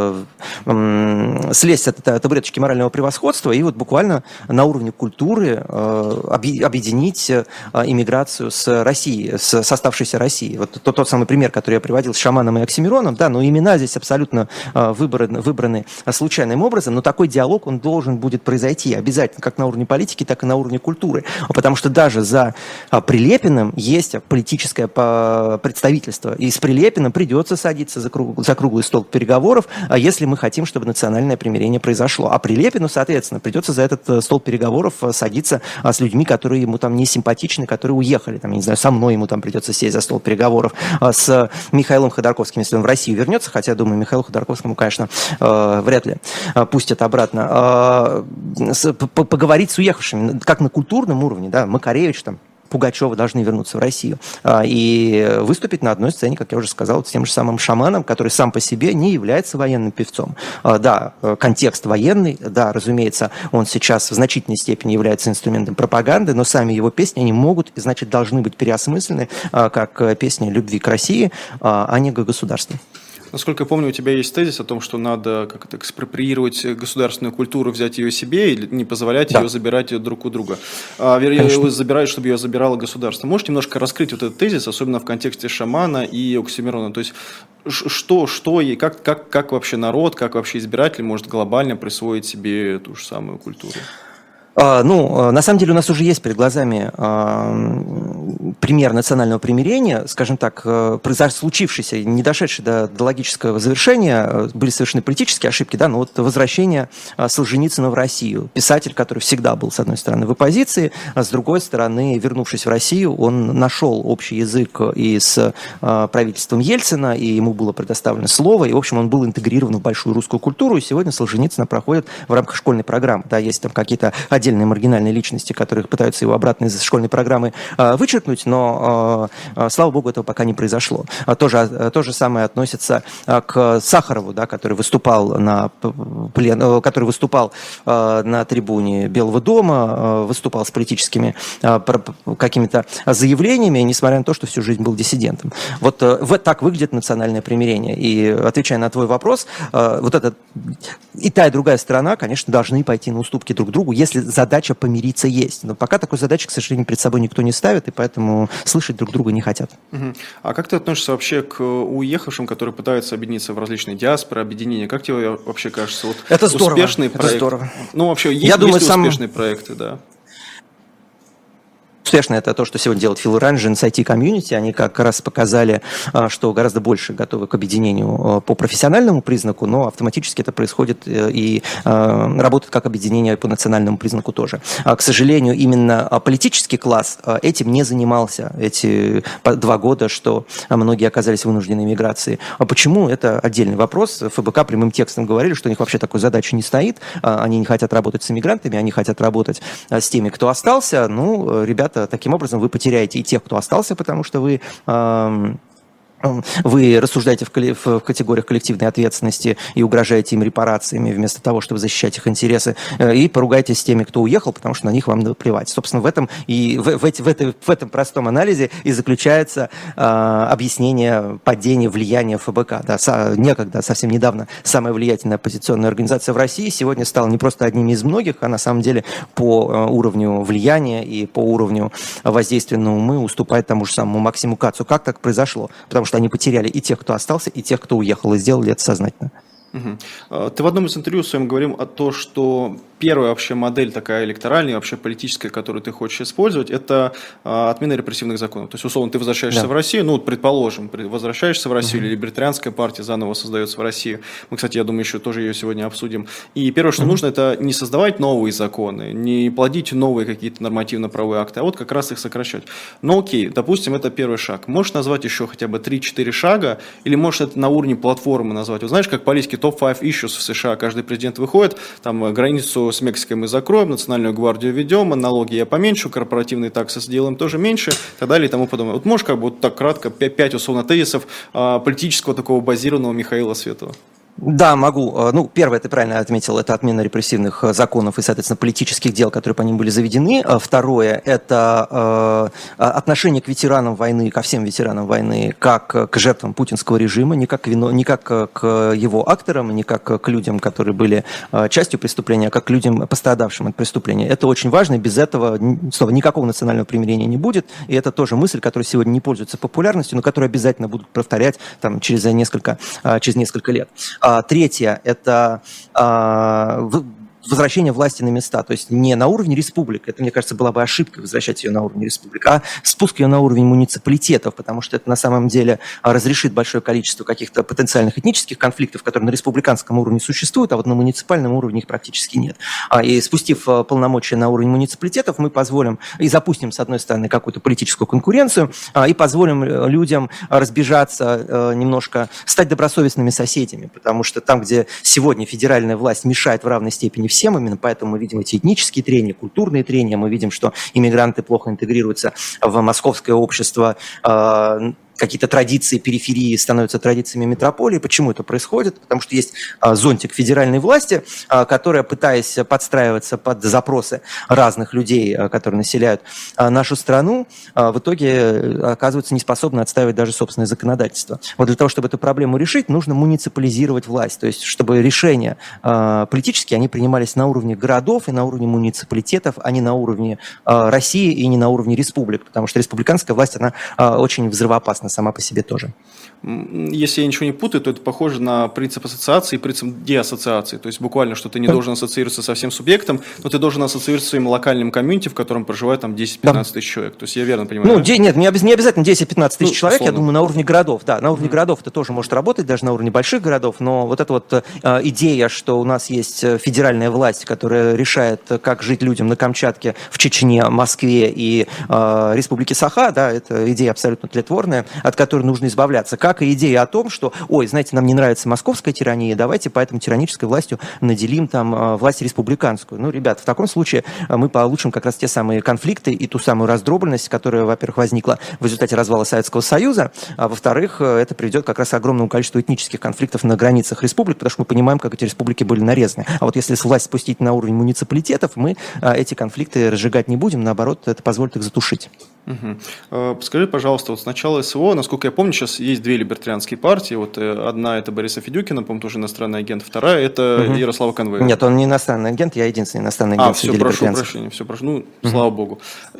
слезть от табуреточки морального превосходства и вот буквально на уровне культуры объединить иммиграцию с Россией, с оставшейся Россией. Вот тот самый пример, который я приводил с Шаманом и Оксимироном, да, но имена здесь абсолютно выбраны случайным образом, но такой диалог, он должен будет произойти обязательно, как на уровне политики, так и на уровне культуры, потому что даже за Прилепиным есть политическое представительство, и с Прилепиным придется садиться за круглый стол переговоров, если мы хотим, чтобы национальное примирение произошло. А Прилепину, соответственно, придется за этот стол переговоров садиться с людьми, которые ему там не симпатичны, которые уехали, там, я не знаю, со мной ему там придется сесть за стол переговоров, с Михаилом Ходорковским, если он в Россию вернется, хотя, думаю, Михаилу Ходорковскому, конечно, вряд ли пустят обратно, поговорить с уехавшими, как на культурном уровне, да, Макаревич, там, Пугачева должны вернуться в Россию и выступить на одной сцене, как я уже сказал, с тем же самым Шаманом, который сам по себе не является военным певцом. Да, контекст военный, да, разумеется, он сейчас в значительной степени является инструментом пропаганды, но сами его песни, они могут и, значит, должны быть переосмыслены как песни любви к России, а не к государству. Насколько я помню, у тебя есть тезис о том, что надо как-то экспроприировать государственную культуру, взять ее себе и не позволять ее забирать друг у друга. Вернее, забирать, чтобы ее забирало государство. Можешь немножко раскрыть вот этот тезис, особенно в контексте Шамана и Оксимирона? То есть, что и как вообще народ, как вообще избиратель может глобально присвоить себе ту же самую культуру? Ну, на самом деле у нас уже есть перед глазами пример национального примирения, скажем так, случившийся, не дошедший до логического завершения, были совершены политические ошибки, да, но вот возвращение Солженицына в Россию, писатель, который всегда был, с одной стороны, в оппозиции, а с другой стороны, вернувшись в Россию, он нашел общий язык и с правительством Ельцина, и ему было предоставлено слово, и, в общем, он был интегрирован в большую русскую культуру, и сегодня Солженицына проходит в рамках школьной программы, да, есть там какие-то отдельные маргинальные личности, которые пытаются его обратно из школьной программы вычеркнуть, но, слава богу, этого пока не произошло. То же самое относится к Сахарову, да, который выступал на трибуне Белого дома, выступал с политическими какими-то заявлениями, несмотря на то, что всю жизнь был диссидентом. Вот так выглядит национальное примирение. И, отвечая на твой вопрос, вот это и та, и другая сторона, конечно, должны пойти на уступки друг другу, если задача помириться есть. Но пока такой задачи, к сожалению, перед собой никто не ставит, и поэтому слышать друг друга не хотят. А как ты относишься вообще к уехавшим, которые пытаются объединиться в различные диаспоры, объединения? Как тебе вообще кажется? Вот это здорово. Успешный проект? Это здорово. Ну, вообще, есть успешные проекты, да? Успешно это то, что сегодня делает Фил Ранжин с IT-комьюнити. Они как раз показали, что гораздо больше готовы к объединению по профессиональному признаку, но автоматически это происходит и работает как объединение по национальному признаку тоже. К сожалению, именно политический класс этим не занимался эти 2 года, что многие оказались вынуждены эмиграции. А почему? Это отдельный вопрос. ФБК прямым текстом говорили, что у них вообще такой задачи не стоит. Они не хотят работать с эмигрантами, они хотят работать с теми, кто остался. Ну, ребята, таким образом вы потеряете и тех, кто остался, потому что вы рассуждаете в категориях коллективной ответственности и угрожаете им репарациями вместо того, чтобы защищать их интересы, и поругаетесь с теми, кто уехал, потому что на них вам наплевать. Собственно, в этом простом анализе и заключается объяснение падения влияния ФБК. Да, некогда, совсем недавно, самая влиятельная оппозиционная организация в России сегодня стала не просто одним из многих, а на самом деле по уровню влияния и по уровню воздействия на умы уступает тому же самому Максиму Кацу. Как так произошло? Потому что они потеряли и тех, кто остался, и тех, кто уехал, и сделали это сознательно. Ты в одном из интервью своем говорил о том, что первая вообще модель такая электоральная, вообще политическая, которую ты хочешь использовать, это отмена репрессивных законов. То есть, условно, ты возвращаешься в Россию, ну, предположим, возвращаешься в Россию, или либертарианская партия заново создается в России. Мы, кстати, я думаю, еще тоже ее сегодня обсудим. И первое, что нужно, это не создавать новые законы, не плодить новые какие-то нормативно-правовые акты, а вот как раз их сокращать. Но окей, допустим, это первый шаг. Можешь назвать еще хотя бы 3-4 шага, или можешь это на уровне платформы назвать. Вот знаешь, как политики топ-5 issues в США, каждый президент выходит, там границу с Мексикой мы закроем, национальную гвардию ведем, налоги я поменьшу, корпоративные таксы сделаем тоже меньше, и так далее и тому подобное. Вот можешь как бы вот так кратко 5 условно тезисов политического такого базированного Михаила Светова? Да, могу. Ну, первое, ты правильно отметил, это отмена репрессивных законов и, соответственно, политических дел, которые по ним были заведены. Второе, это отношение к ветеранам войны, ко всем ветеранам войны, как к жертвам путинского режима, не как к его акторам, не как к людям, которые были частью преступления, а как к людям, пострадавшим от преступления. Это очень важно, и без этого снова никакого национального примирения не будет. И это тоже мысль, которая сегодня не пользуется популярностью, но которую обязательно будут повторять там, через несколько лет. Третье – это возвращение власти на места, то есть не на уровне республик, это, мне кажется, была бы ошибкой возвращать ее на уровень республик, а спуск ее на уровень муниципалитетов, потому что это на самом деле разрешит большое количество каких-то потенциальных этнических конфликтов, которые на республиканском уровне существуют, а вот на муниципальном уровне их практически нет. И спустив полномочия на уровень муниципалитетов, мы позволим и запустим, с одной стороны, какую-то политическую конкуренцию, и позволим людям разбежаться немножко, стать добросовестными соседями, потому что там, где сегодня федеральная власть мешает в равной степени всем, именно поэтому мы видим эти этнические трения, культурные трения, мы видим, что иммигранты плохо интегрируются в московское общество, какие-то традиции периферии становятся традициями метрополии. Почему это происходит? Потому что есть зонтик федеральной власти, которая, пытаясь подстраиваться под запросы разных людей, которые населяют нашу страну, в итоге оказывается не способна отстаивать даже собственное законодательство. Вот для того, чтобы эту проблему решить, нужно муниципализировать власть, то есть чтобы решения политические, они принимались на уровне городов и на уровне муниципалитетов, а не на уровне России и не на уровне республик, потому что республиканская власть, она очень взрывоопасна сама по себе тоже. Если я ничего не путаю, то это похоже на принцип ассоциации и принцип деассоциации. То есть буквально, что ты не должен ассоциироваться со всем субъектом, но ты должен ассоциироваться с своим локальным комьюнити, в котором проживает там 10-15 тысяч человек. То есть я верно понимаю? Ну, нет, не обязательно 10-15 тысяч человек, условно. Я думаю, на уровне городов. Да, на уровне городов это тоже может работать, даже на уровне больших городов, но вот эта вот идея, что у нас есть федеральная власть, которая решает, как жить людям на Камчатке, в Чечне, Москве и Республике Саха, да, это идея абсолютно тлетворная, от которой нужно избавляться. Как и идея о том, что, ой, знаете, нам не нравится московская тирания, давайте поэтому тиранической властью наделим там власть республиканскую. Ну, ребят, в таком случае мы получим как раз те самые конфликты и ту самую раздробленность, которая, во-первых, возникла в результате развала Советского Союза, а во-вторых, это приведет как раз к огромному количеству этнических конфликтов на границах республик, потому что мы понимаем, как эти республики были нарезаны. А вот если власть спустить на уровень муниципалитетов, мы эти конфликты разжигать не будем, наоборот, это позволит их затушить. Скажи, пожалуйста, вот с начала СВО, насколько я помню, сейчас есть две либертарианские партии. Вот одна это Бориса Федюкина, по-моему, тоже иностранный агент. Вторая это Ярослава Конвейера. Нет, он не иностранный агент, я единственный иностранный агент. Все, прошу прощения, все, прошу. Ну, слава богу.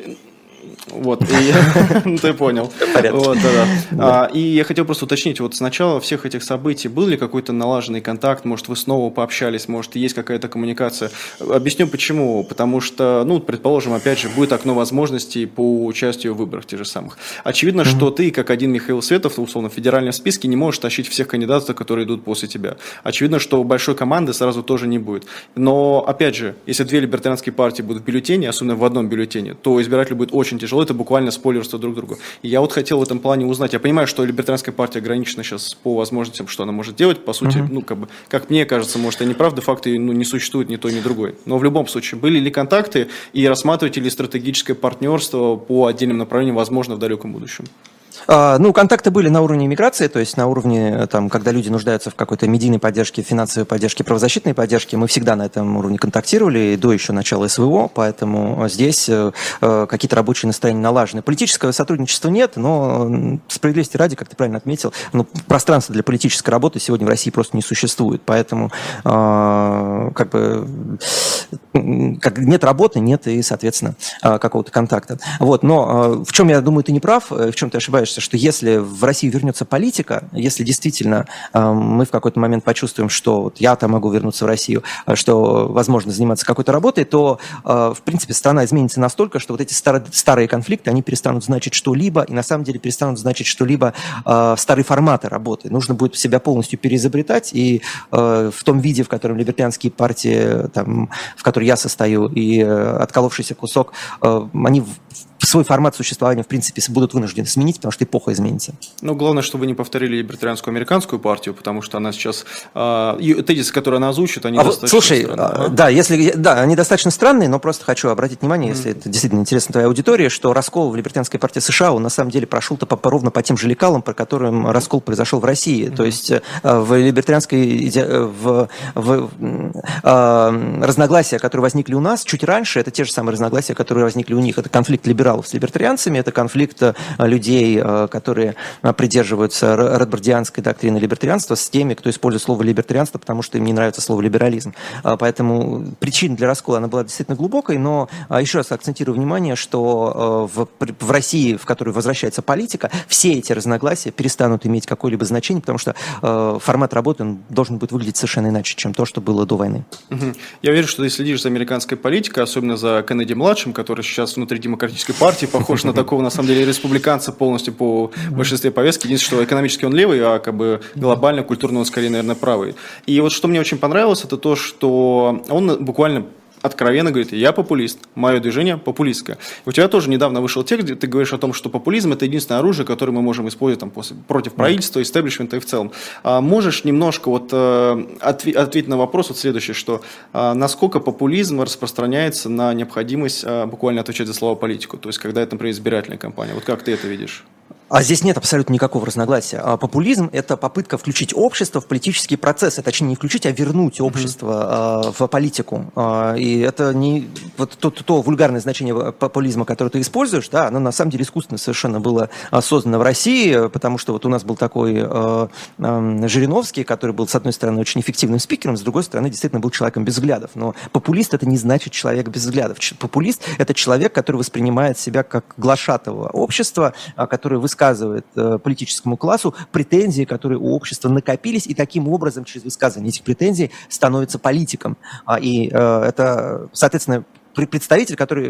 Вот, ты понял. Вот, да. И я хотел просто уточнить, вот с начала всех этих событий был ли какой-то налаженный контакт, может, вы снова пообщались, может, есть какая-то коммуникация? Объясню почему. Потому что, ну, предположим, опять же, будет окно возможностей по участию в выборах тех же самых. Очевидно, что ты, как один Михаил Светов, условно, в федеральном списке не можешь тащить всех кандидатов, которые идут после тебя. Очевидно, что большой команды сразу тоже не будет. Но, опять же, если две либертарианские партии будут в бюллетене, особенно в одном бюллетене, то избирателю будет очень тяжело, это буквально спойлерство друг другу. И я вот хотел в этом плане узнать. Я понимаю, что либертарианская партия ограничена сейчас по возможностям, что она может делать. По сути, ну, как мне кажется, может, и неправда, факты не существует ни той, ни другой. Но в любом случае, были ли контакты и рассматриваете ли стратегическое партнерство по отдельным направлениям, возможно, в далеком будущем? Ну, контакты были на уровне миграции, то есть на уровне, там, когда люди нуждаются в какой-то медийной поддержке, финансовой поддержке, правозащитной поддержке, мы всегда на этом уровне контактировали, до еще начала СВО, поэтому здесь какие-то рабочие настроения налажены. Политического сотрудничества нет, но справедливости ради, как ты правильно отметил, пространства для политической работы сегодня в России просто не существует, поэтому нет работы, нет и, соответственно, какого-то контакта. Вот, но в чем, я думаю, ты не прав, в чем ты ошибаешься, боишься, что если в Россию вернется политика, если действительно мы в какой-то момент почувствуем, что вот я там могу вернуться в Россию, что возможно заниматься какой-то работой, то, в принципе, страна изменится настолько, что вот эти старые конфликты, они перестанут значить что-либо, и на самом деле перестанут значить что-либо старые форматы работы. Нужно будет себя полностью переизобретать, и в том виде, в котором либертарианские партии, там, в которой я состою, и отколовшийся кусок, они свой формат существования, в принципе, будут вынуждены сменить, потому что эпоха изменится. Ну, главное, чтобы вы не повторили либертарианскую американскую партию, потому что она сейчас... тезисы, которые она озвучит, они достаточно странные. Да, они достаточно странные, но просто хочу обратить внимание, если это действительно интересно твоей аудитории, что раскол в либертарианской партии США, он на самом деле прошел-то ровно по тем же лекалам, по которым раскол произошел в России. То есть в либертарианской... разногласия, которые возникли у нас чуть раньше, это те же самые разногласия, которые возникли у них. Это конфликт либералов с либертарианцами, это конфликт людей, которые придерживаются редбардианской доктрины либертарианства, с теми, кто использует слово либертарианство, потому что им не нравится слово либерализм. Поэтому причина для раскола, она была действительно глубокой, но еще раз акцентирую внимание, что в России, в которой возвращается политика, все эти разногласия перестанут иметь какое-либо значение, потому что формат работы он должен будет выглядеть совершенно иначе, чем то, что было до войны. Я верю, что ты следишь за американской политикой, особенно за Кеннеди-младшим, который сейчас внутри демократической партии похож на такого, на самом деле, республиканца полностью по большинстве повестки. Единственное, что экономически он левый, а как бы глобально, культурно он скорее, наверное, правый. И вот что мне очень понравилось, это то, что он буквально откровенно говорит: я популист, мое движение популистское. У тебя тоже недавно вышел текст, где ты говоришь о том, что популизм – это единственное оружие, которое мы можем использовать там, против правительства, истеблишмента и в целом. Можешь немножко ответить на вопрос следующий, что насколько популизм распространяется на необходимость буквально отвечать за слова политику, то есть когда это, например, избирательная кампания. Вот как ты это видишь? А здесь нет абсолютно никакого разногласия. Популизм – это попытка включить общество в политические процессы. Точнее, не включить, а вернуть общество в политику. И это не вот то вульгарное значение популизма, которое ты используешь, да, оно на самом деле искусственно совершенно было создано в России, потому что вот у нас был такой Жириновский, который был, с одной стороны, очень эффективным спикером, с другой стороны, действительно был человеком без взглядов. Но популист – это не значит человек без взглядов. Популист – это человек, который воспринимает себя как глашатого общества, который высказывает политическому классу претензии, которые у общества накопились, и таким образом через высказывание этих претензий становится политиком. И это, соответственно, представитель, который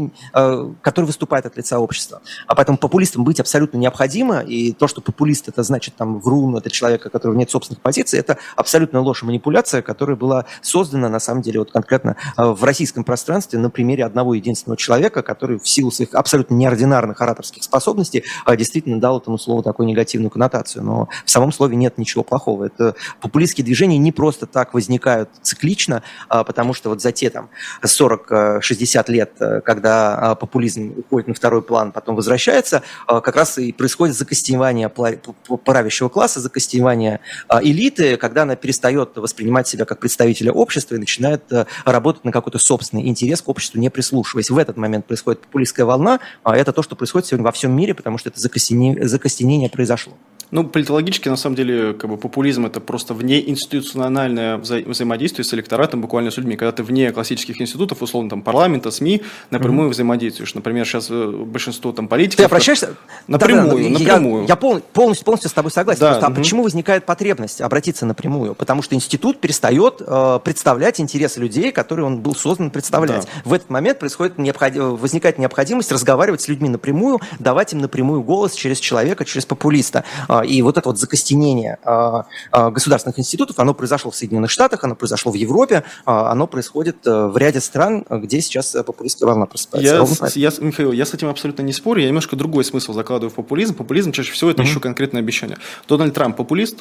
выступает от лица общества. А поэтому популистом быть абсолютно необходимо, и то, что популист это значит там врун, это человек, у которого нет собственных позиций, это абсолютно ложь и манипуляция, которая была создана на самом деле вот конкретно в российском пространстве на примере одного единственного человека, который в силу своих абсолютно неординарных ораторских способностей действительно дал этому слову такую негативную коннотацию. Но в самом слове нет ничего плохого. Это популистские движения не просто так возникают циклично, потому что вот за те там 40-60 лет, когда популизм уходит на второй план, потом возвращается, как раз и происходит закостеневание правящего класса, закостеневание элиты, когда она перестает воспринимать себя как представителя общества и начинает работать на какой-то собственный интерес, к обществу не прислушиваясь. В этот момент происходит популистская волна, а это то, что происходит сегодня во всем мире, потому что это закостенение произошло. Ну, политологически, на самом деле, как бы популизм – это просто внеинституциональное взаимодействие с электоратом, буквально с людьми. Когда ты вне классических институтов, условно, там, парламента, СМИ, напрямую взаимодействуешь. Например, сейчас большинство там политиков… Ты обращаешься? Напрямую, напрямую. Я полностью с тобой согласен. Да. Просто, почему возникает потребность обратиться напрямую? Потому что институт перестает представлять интересы людей, которые он был создан представлять. Да. В этот момент возникает необходимость разговаривать с людьми напрямую, давать им напрямую голос через человека, через популиста. И вот это вот закостенение государственных институтов, оно произошло в Соединенных Штатах, оно произошло в Европе, оно происходит в ряде стран, где сейчас популистская волна просыпается. Михаил, я с этим абсолютно не спорю, я немножко другой смысл закладываю в популизм. Популизм чаще всего это еще конкретное обещание. Дональд Трамп популист?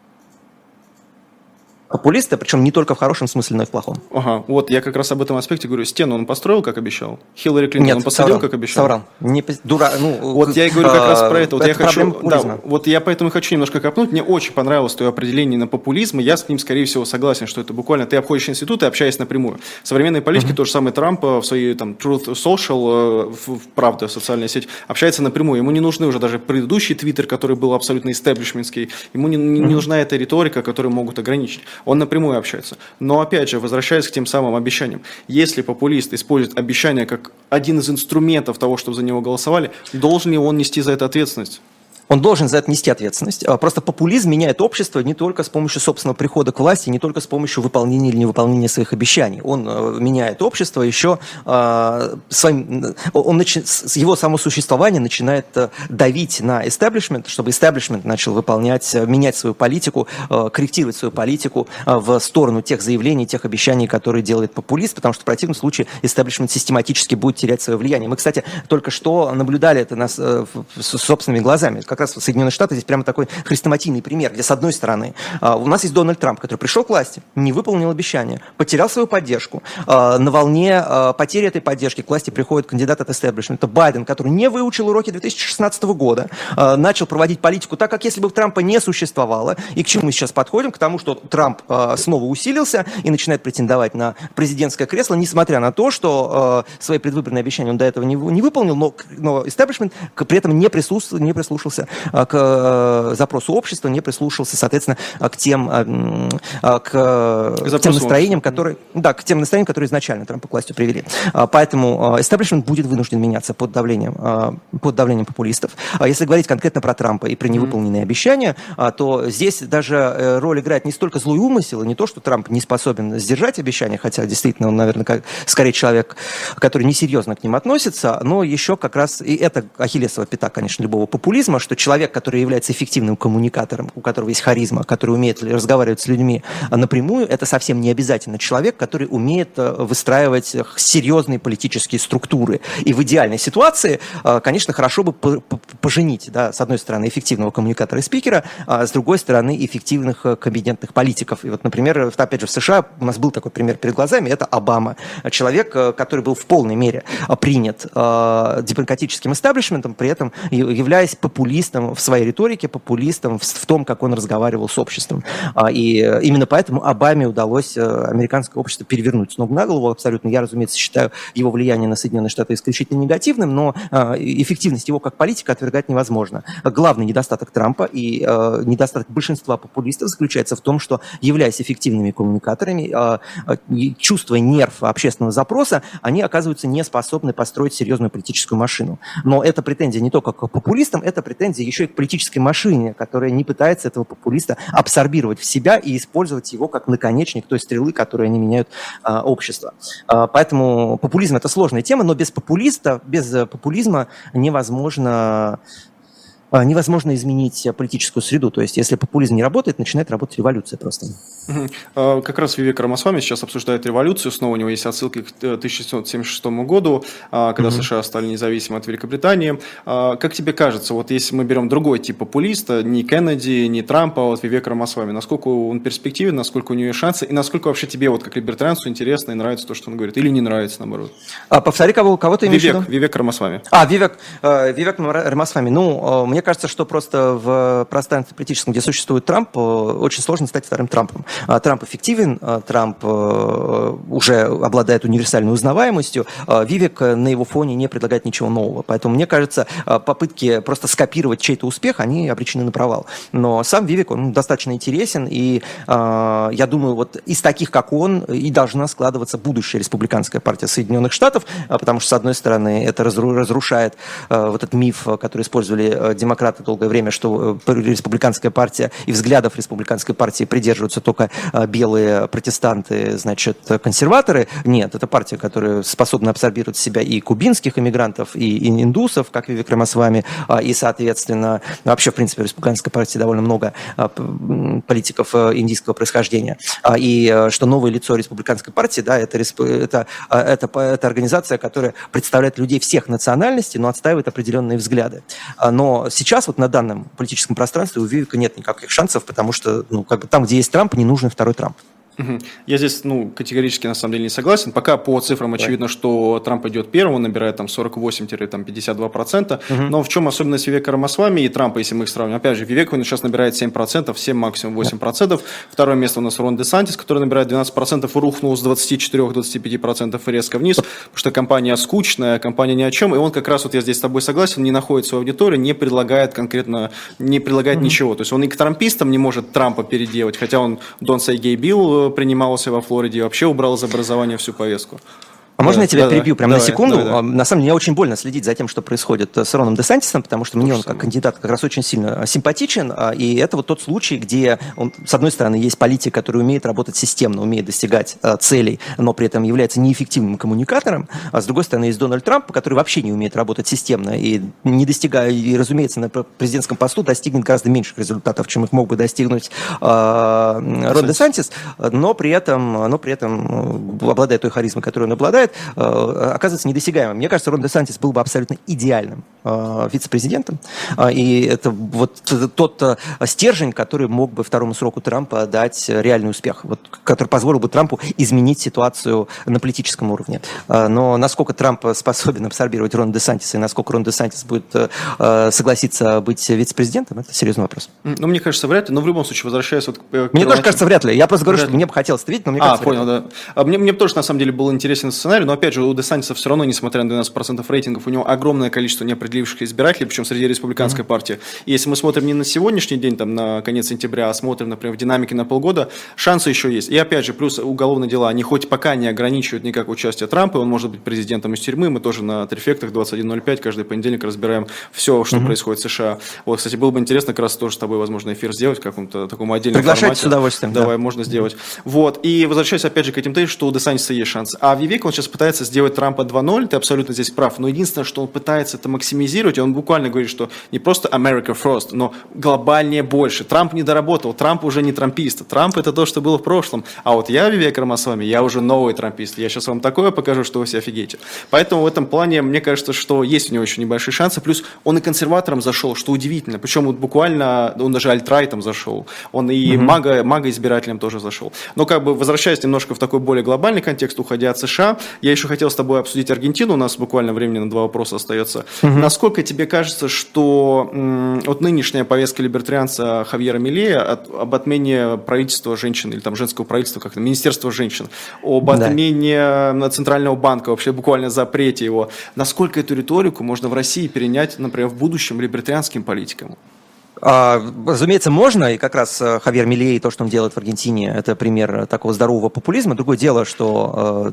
Популисты, причем не только в хорошем смысле, но и в плохом. Ага, вот я как раз об этом аспекте говорю. Стену он построил, как обещал? Хиллари Клинтон он посадил, как обещал? Соврал. Вот я и говорю как раз про это. Вот я поэтому хочу немножко копнуть. Мне очень понравилось твое определение на популизм, и я с ним, скорее всего, согласен, что это буквально ты обходишь институты, общаясь напрямую. В современной политике то же самое Трамп в своей там Truth Social, правда, социальная сеть, общается напрямую. Ему не нужны уже даже предыдущий твиттер, который был абсолютно истеблишментский. Ему не нужна эта риторика, которую могут ограничить. Он напрямую общается. Но, опять же, возвращаясь к тем самым обещаниям, если популист использует обещания как один из инструментов того, чтобы за него голосовали, должен ли он нести за это ответственность? Он должен за это нести ответственность. Просто популизм меняет общество не только с помощью собственного прихода к власти, не только с помощью выполнения или невыполнения своих обещаний. Он меняет общество еще его само существование начинает давить на истеблишмент, чтобы истеблишмент начал менять свою политику, корректировать свою политику в сторону тех заявлений, тех обещаний, которые делает популист, потому что в противном случае истеблишмент систематически будет терять свое влияние. Мы, кстати, только что наблюдали это собственными глазами. Как раз в Соединенных Штатах здесь прямо такой хрестоматийный пример, где, с одной стороны, у нас есть Дональд Трамп, который пришел к власти, не выполнил обещания, потерял свою поддержку. На волне потери этой поддержки к власти приходит кандидат от истеблишмента Байден, который не выучил уроки 2016 года, начал проводить политику так, как если бы Трампа не существовало. И к чему мы сейчас подходим? К тому, что Трамп снова усилился и начинает претендовать на президентское кресло, несмотря на то, что свои предвыборные обещания он до этого не выполнил, но истеблишмент при этом не прислушался к запросу общества, не прислушался, соответственно, к тем настроениям, которые изначально Трампа к власти привели. Поэтому истеблишмент будет вынужден меняться под давлением популистов. Если говорить конкретно про Трампа и про невыполненные обещания, то здесь даже роль играет не столько злой умысел, не то, что Трамп не способен сдержать обещания, хотя действительно он, наверное, скорее человек, который несерьезно к ним относится, но еще как раз, и это ахиллесова пята, конечно, любого популизма, что человек, который является эффективным коммуникатором, у которого есть харизма, который умеет разговаривать с людьми напрямую, это совсем не обязательно человек, который умеет выстраивать серьезные политические структуры. И в идеальной ситуации, конечно, хорошо бы поженить, да, с одной стороны, эффективного коммуникатора и спикера, а с другой стороны, эффективных кабинетных политиков. И вот, например, опять же, в США у нас был такой пример перед глазами, это Обама. Человек, который был в полной мере принят демократическим истеблишментом, при этом являясь популистом в своей риторике, популистом в том, как он разговаривал с обществом. И именно поэтому Обаме удалось американское общество перевернуть с ног на голову абсолютно. Я, разумеется, считаю его влияние на Соединенные Штаты исключительно негативным, но эффективность его как политика отвергать невозможно. Главный недостаток Трампа и недостаток большинства популистов заключается в том, что, являясь эффективными коммуникаторами, чувствуя нерв общественного запроса, они оказываются не способны построить серьезную политическую машину. Но это претензия не только к популистам, это претензия еще и к политической машине, которая не пытается этого популиста абсорбировать в себя и использовать его как наконечник той стрелы, которой они меняют общество. Поэтому популизм – это сложная тема, но без популизма невозможно изменить политическую среду. То есть, если популизм не работает, начинает работать революция просто. Как раз Вивек Рамасвами сейчас обсуждает революцию. Снова у него есть отсылки к 1776 году, когда США стали независимы от Великобритании. Как тебе кажется, вот если мы берем другой тип популиста, не Кеннеди, не Трампа, а вот Вивек Рамасвами, насколько он перспективен, насколько у него есть шансы, и насколько вообще тебе, вот как либертарианцу, интересно и нравится то, что он говорит, или не нравится, наоборот? Повтори, кого ты имеешь в виду? Вивек Рамасвами. Вивек Рамасвами. Мне кажется, что просто в пространстве политическом, где существует Трамп, очень сложно стать вторым Трампом. Трамп эффективен, Трамп уже обладает универсальной узнаваемостью, Вивек на его фоне не предлагает ничего нового. Поэтому, мне кажется, попытки просто скопировать чей-то успех, они обречены на провал. Но сам Вивек, он достаточно интересен, и я думаю, вот из таких, как он, и должна складываться будущая республиканская партия Соединенных Штатов, потому что, с одной стороны, это разрушает вот этот миф, который использовали демократы долгое время, что республиканская партия и взглядов республиканской партии придерживаются только белые протестанты, значит, консерваторы. Нет, это партия, которая способна абсорбировать в себя и кубинских иммигрантов, и индусов, как Вивек Рамасвами, и, соответственно, вообще, в принципе, в республиканской партии довольно много политиков индийского происхождения. И что новое лицо республиканской партии, да, это организация, которая представляет людей всех национальностей, но отстаивает определенные взгляды. Но сейчас вот на данном политическом пространстве у Вивека нет никаких шансов, потому что там, где есть Трамп, не нужен второй Трамп. Я здесь, категорически, на самом деле, не согласен. Пока по цифрам очевидно, что Трамп идет первым, он набирает там 48-52%. Но в чем особенность Вивека Рамасвами и Трампа, если мы их сравним? Опять же, Вивек он сейчас набирает 7%, 7 максимум 8%. Второе место у нас Рон Десантис, который набирает 12%, рухнул с 24-25% резко вниз, потому что компания скучная, компания ни о чем. И он как раз, вот я здесь с тобой согласен, не находит свою аудиторию, не предлагает ничего. То есть он и к трампистам не может Трампа переделать, хотя он Don't Say Gay Bill принимался во Флориде и вообще убрал из образования всю повестку. А можно я тебя перебью прямо на секунду? Давай. На самом деле, мне очень больно следить за тем, что происходит с Роном Десантисом, потому что мне он как кандидат как раз очень сильно симпатичен, и это вот тот случай, где он, с одной стороны, есть политик, который умеет работать системно, умеет достигать целей, но при этом является неэффективным коммуникатором, а с другой стороны, есть Дональд Трамп, который вообще не умеет работать системно и не достигая, и, разумеется, на президентском посту достигнет гораздо меньших результатов, чем их мог бы достигнуть Рон Десантис, но при этом, обладая той харизмой, которой он обладает, оказывается недосягаемым. Мне кажется, Рон Десантис был бы абсолютно идеальным вице-президентом, и это вот тот стержень, который мог бы второму сроку Трампа дать реальный успех, вот, который позволил бы Трампу изменить ситуацию на политическом уровне. Но насколько Трамп способен абсорбировать Рона Десантиса и насколько Рон Десантис будет согласиться быть вице-президентом, это серьезный вопрос. Ну, мне кажется, вряд ли, но в любом случае, возвращаясь вот к Мне тоже кажется, вряд ли. Я просто говорю, что мне бы хотелось это видеть, но мне кажется, понял, да. Мне тоже, на самом деле, был интересен сценарий, но, опять же, у Десантиса все равно, несмотря на 12% рейтингов, у него огромное количество неопределившихся избирателей, причем среди республиканской партии. И если мы смотрим не на сегодняшний день, там, на конец сентября, а смотрим, например, в динамике на полгода, шансы еще есть. И, опять же, плюс уголовные дела, они хоть пока не ограничивают никак участие Трампа, он может быть президентом из тюрьмы, мы тоже на Трефектах 21.05 каждый понедельник разбираем все, что происходит в США. Вот, кстати, было бы интересно как раз тоже с тобой, возможно, эфир сделать в каком-то таком отдельном формате. Приглашайте с удовольствием. Давай, можно сделать. Вот, и возвращаясь опять же к этим тезисам, что у Десантиса есть шанс. А Вивек, он сейчас пытается сделать Трампа 2.0, ты абсолютно здесь прав, но единственное, что он пытается это максимизировать, и он буквально говорит, что не просто America first, но глобальнее больше. Трамп не доработал, Трамп уже не трампист, Трамп это то, что было в прошлом, а вот я, Вивек Рамасвами, я уже новый трампист, я сейчас вам такое покажу, что вы все офигеете. Поэтому в этом плане, мне кажется, что есть у него еще небольшие шансы, плюс он и консерватором зашел, что удивительно, причем вот буквально, он даже альтрайтом зашел, он и мага-избирателем тоже зашел. Но как бы возвращаясь немножко в такой более глобальный контекст, уходя от США, я еще хотел с тобой обсудить Аргентину, у нас буквально времени на 2 вопроса остается. Насколько тебе кажется, что вот нынешняя повестка либертарианца Хавьера Милея об отмене правительства женщин, или там женского правительства, как-то, Министерства женщин, об отмене Центрального банка, вообще буквально запрете его, насколько эту риторику можно в России перенять, например, в будущем либертарианским политикам? Разумеется, можно, и как раз Хавьер Милей, то, что он делает в Аргентине, это пример такого здорового популизма. Другое дело, что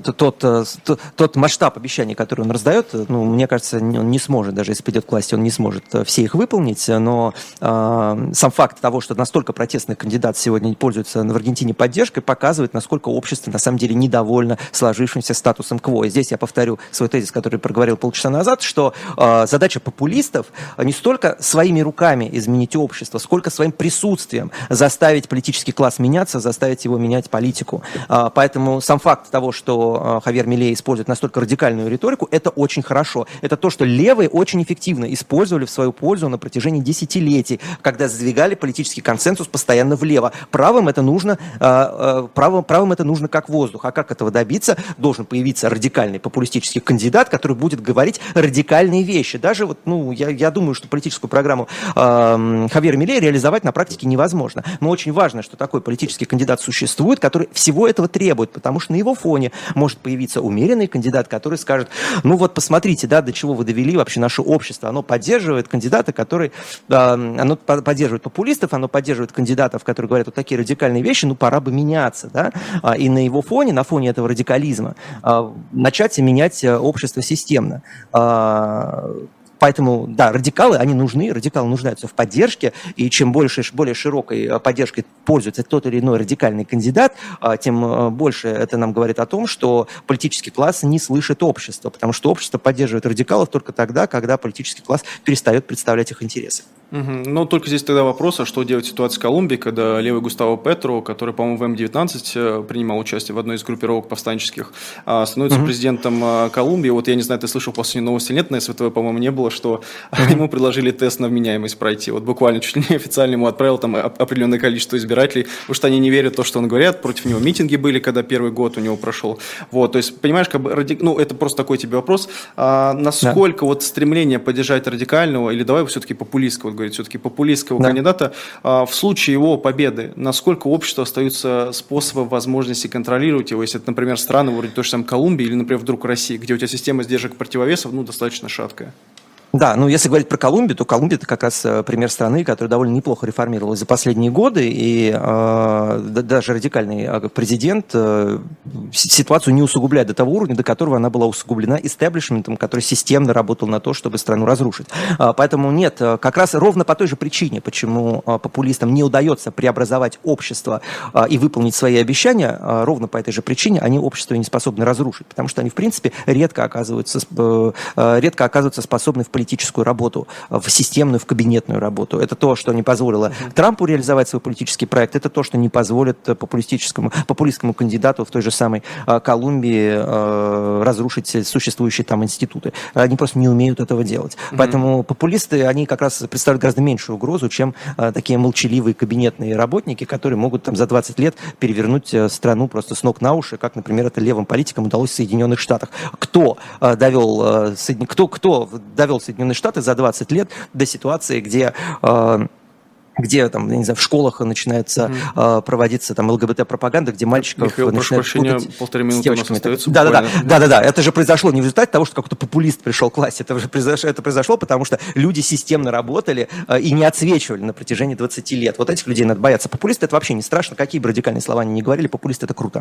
тот масштаб обещаний, который он раздает, ну, мне кажется, он не сможет, даже если придет к власти, он не сможет все их выполнить, но сам факт того, что настолько протестный кандидат сегодня пользуется в Аргентине поддержкой, показывает, насколько общество на самом деле недовольно сложившимся статусом кво. И здесь я повторю свой тезис, который проговорил полчаса назад, что задача популистов не столько своими руками изменить общество, сколько своим присутствием заставить политический класс меняться, заставить его менять политику. Поэтому сам факт того, что Хавьер Милей использует настолько радикальную риторику, это очень хорошо. Это то, что левые очень эффективно использовали в свою пользу на протяжении десятилетий, когда сдвигали политический консенсус постоянно влево. Правым это нужно как воздух. А как этого добиться? Должен появиться радикальный популистический кандидат, который будет говорить радикальные вещи. Даже вот, я думаю, что политическую программу Хавьера Милея реализовать на практике невозможно. Но очень важно, что такой политический кандидат существует, который всего этого требует, потому что на его фоне может появиться умеренный кандидат, который скажет, ну вот посмотрите, да, до чего вы довели вообще наше общество. Оно поддерживает кандидата, который, оно поддерживает популистов, оно поддерживает кандидатов, которые говорят вот такие радикальные вещи, ну пора бы меняться, да, и на его фоне, на фоне этого радикализма начать менять общество системно. Поэтому, да, радикалы, они нужны, радикалы нуждаются в поддержке, и чем более широкой поддержкой пользуется тот или иной радикальный кандидат, тем больше это нам говорит о том, что политический класс не слышит общество, потому что общество поддерживает радикалов только тогда, когда политический класс перестает представлять их интересы. Но только здесь тогда вопрос, а что делать в ситуации в Колумбии, когда левый Густаво Петро, который, по-моему, в М-19 принимал участие в одной из группировок повстанческих, становится президентом Колумбии. Вот я не знаю, ты слышал последнюю новость или нет, на СВТВ, по-моему, не было, что ему предложили тест на вменяемость пройти. Вот буквально чуть ли не официально ему отправил там определенное количество избирателей, потому что они не верят в то, что он говорит. Против него митинги были, когда первый год у него прошел. Вот, то есть, понимаешь, как бы, это просто такой тебе вопрос. Насколько вот стремление поддержать радикального, или давай все-таки популистского, говорить, все-таки популистского кандидата, в случае его победы, насколько общество остаются способы, возможности контролировать его, если это, например, страны вроде той же самой Колумбии или, например, вдруг России, где у тебя система сдержек противовесов, достаточно шаткая? Да, ну если говорить про Колумбию, то Колумбия – это как раз пример страны, которая довольно неплохо реформировалась за последние годы, и даже радикальный президент ситуацию не усугубляет до того уровня, до которого она была усугублена истеблишментом, который системно работал на то, чтобы страну разрушить. Поэтому нет, как раз ровно по той же причине, почему популистам не удается преобразовать общество и выполнить свои обещания, ровно по этой же причине они общество не способны разрушить, потому что они, в принципе, редко оказываются способны в политическую работу, в системную, в кабинетную работу. Это то, что не позволило Трампу реализовать свой политический проект, это то, что не позволит популистскому кандидату в той же самой Колумбии разрушить существующие там институты. Они просто не умеют этого делать. Поэтому популисты, они как раз представляют гораздо меньшую угрозу, чем такие молчаливые кабинетные работники, которые могут там за 20 лет перевернуть страну просто с ног на уши, как, например, это левым политикам удалось в Соединенных Штатах. Кто довел Соединенные Штаты за 20 лет до ситуации, где там, я не знаю, в школах начинается проводиться там ЛГБТ-пропаганда, где мальчиков Михаил, начинают прощения, путать полторы с минуты у нас девочками. остается. Да. Это же произошло не в результате того, что какой-то популист пришел к власти. Это произошло, потому что люди системно работали и не отсвечивали на протяжении 20 лет. Вот этих людей надо бояться. Популисты — это вообще не страшно. Какие бы радикальные слова они ни говорили, популисты — это круто.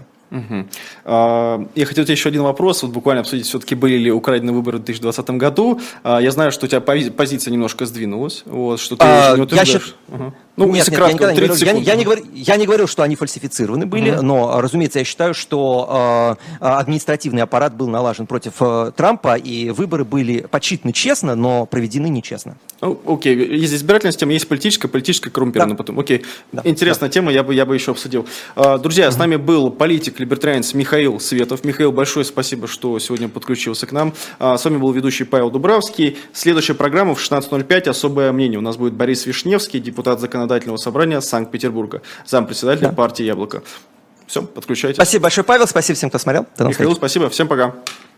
Я хотел тебе еще один вопрос, вот буквально обсудить, все-таки были ли украдены выборы в 2020 году. Я знаю, что у тебя позиция немножко сдвинулась, вот, что ты не утверждаешь. Ну, нет, я не говорил, что они фальсифицированы были, но, разумеется, я считаю, что административный аппарат был налажен против Трампа, и выборы были подсчитаны честно, но проведены нечестно. Окей, есть избирательная система, есть политическая коррумпированная потом. Окей, интересная тема, я бы еще обсудил. Друзья, с нами был политик, либертарианец Михаил Светов. Михаил, большое спасибо, что сегодня подключился к нам. С вами был ведущий Павел Дубравский. Следующая программа в 16:05, «Особое мнение». У нас будет Борис Вишневский, депутат Законодательного собрания Санкт-Петербурга, зампредседателя партии «Яблоко». Все, подключайтесь. Спасибо большое, Павел, спасибо всем, кто смотрел. Михаил, спасибо, всем пока.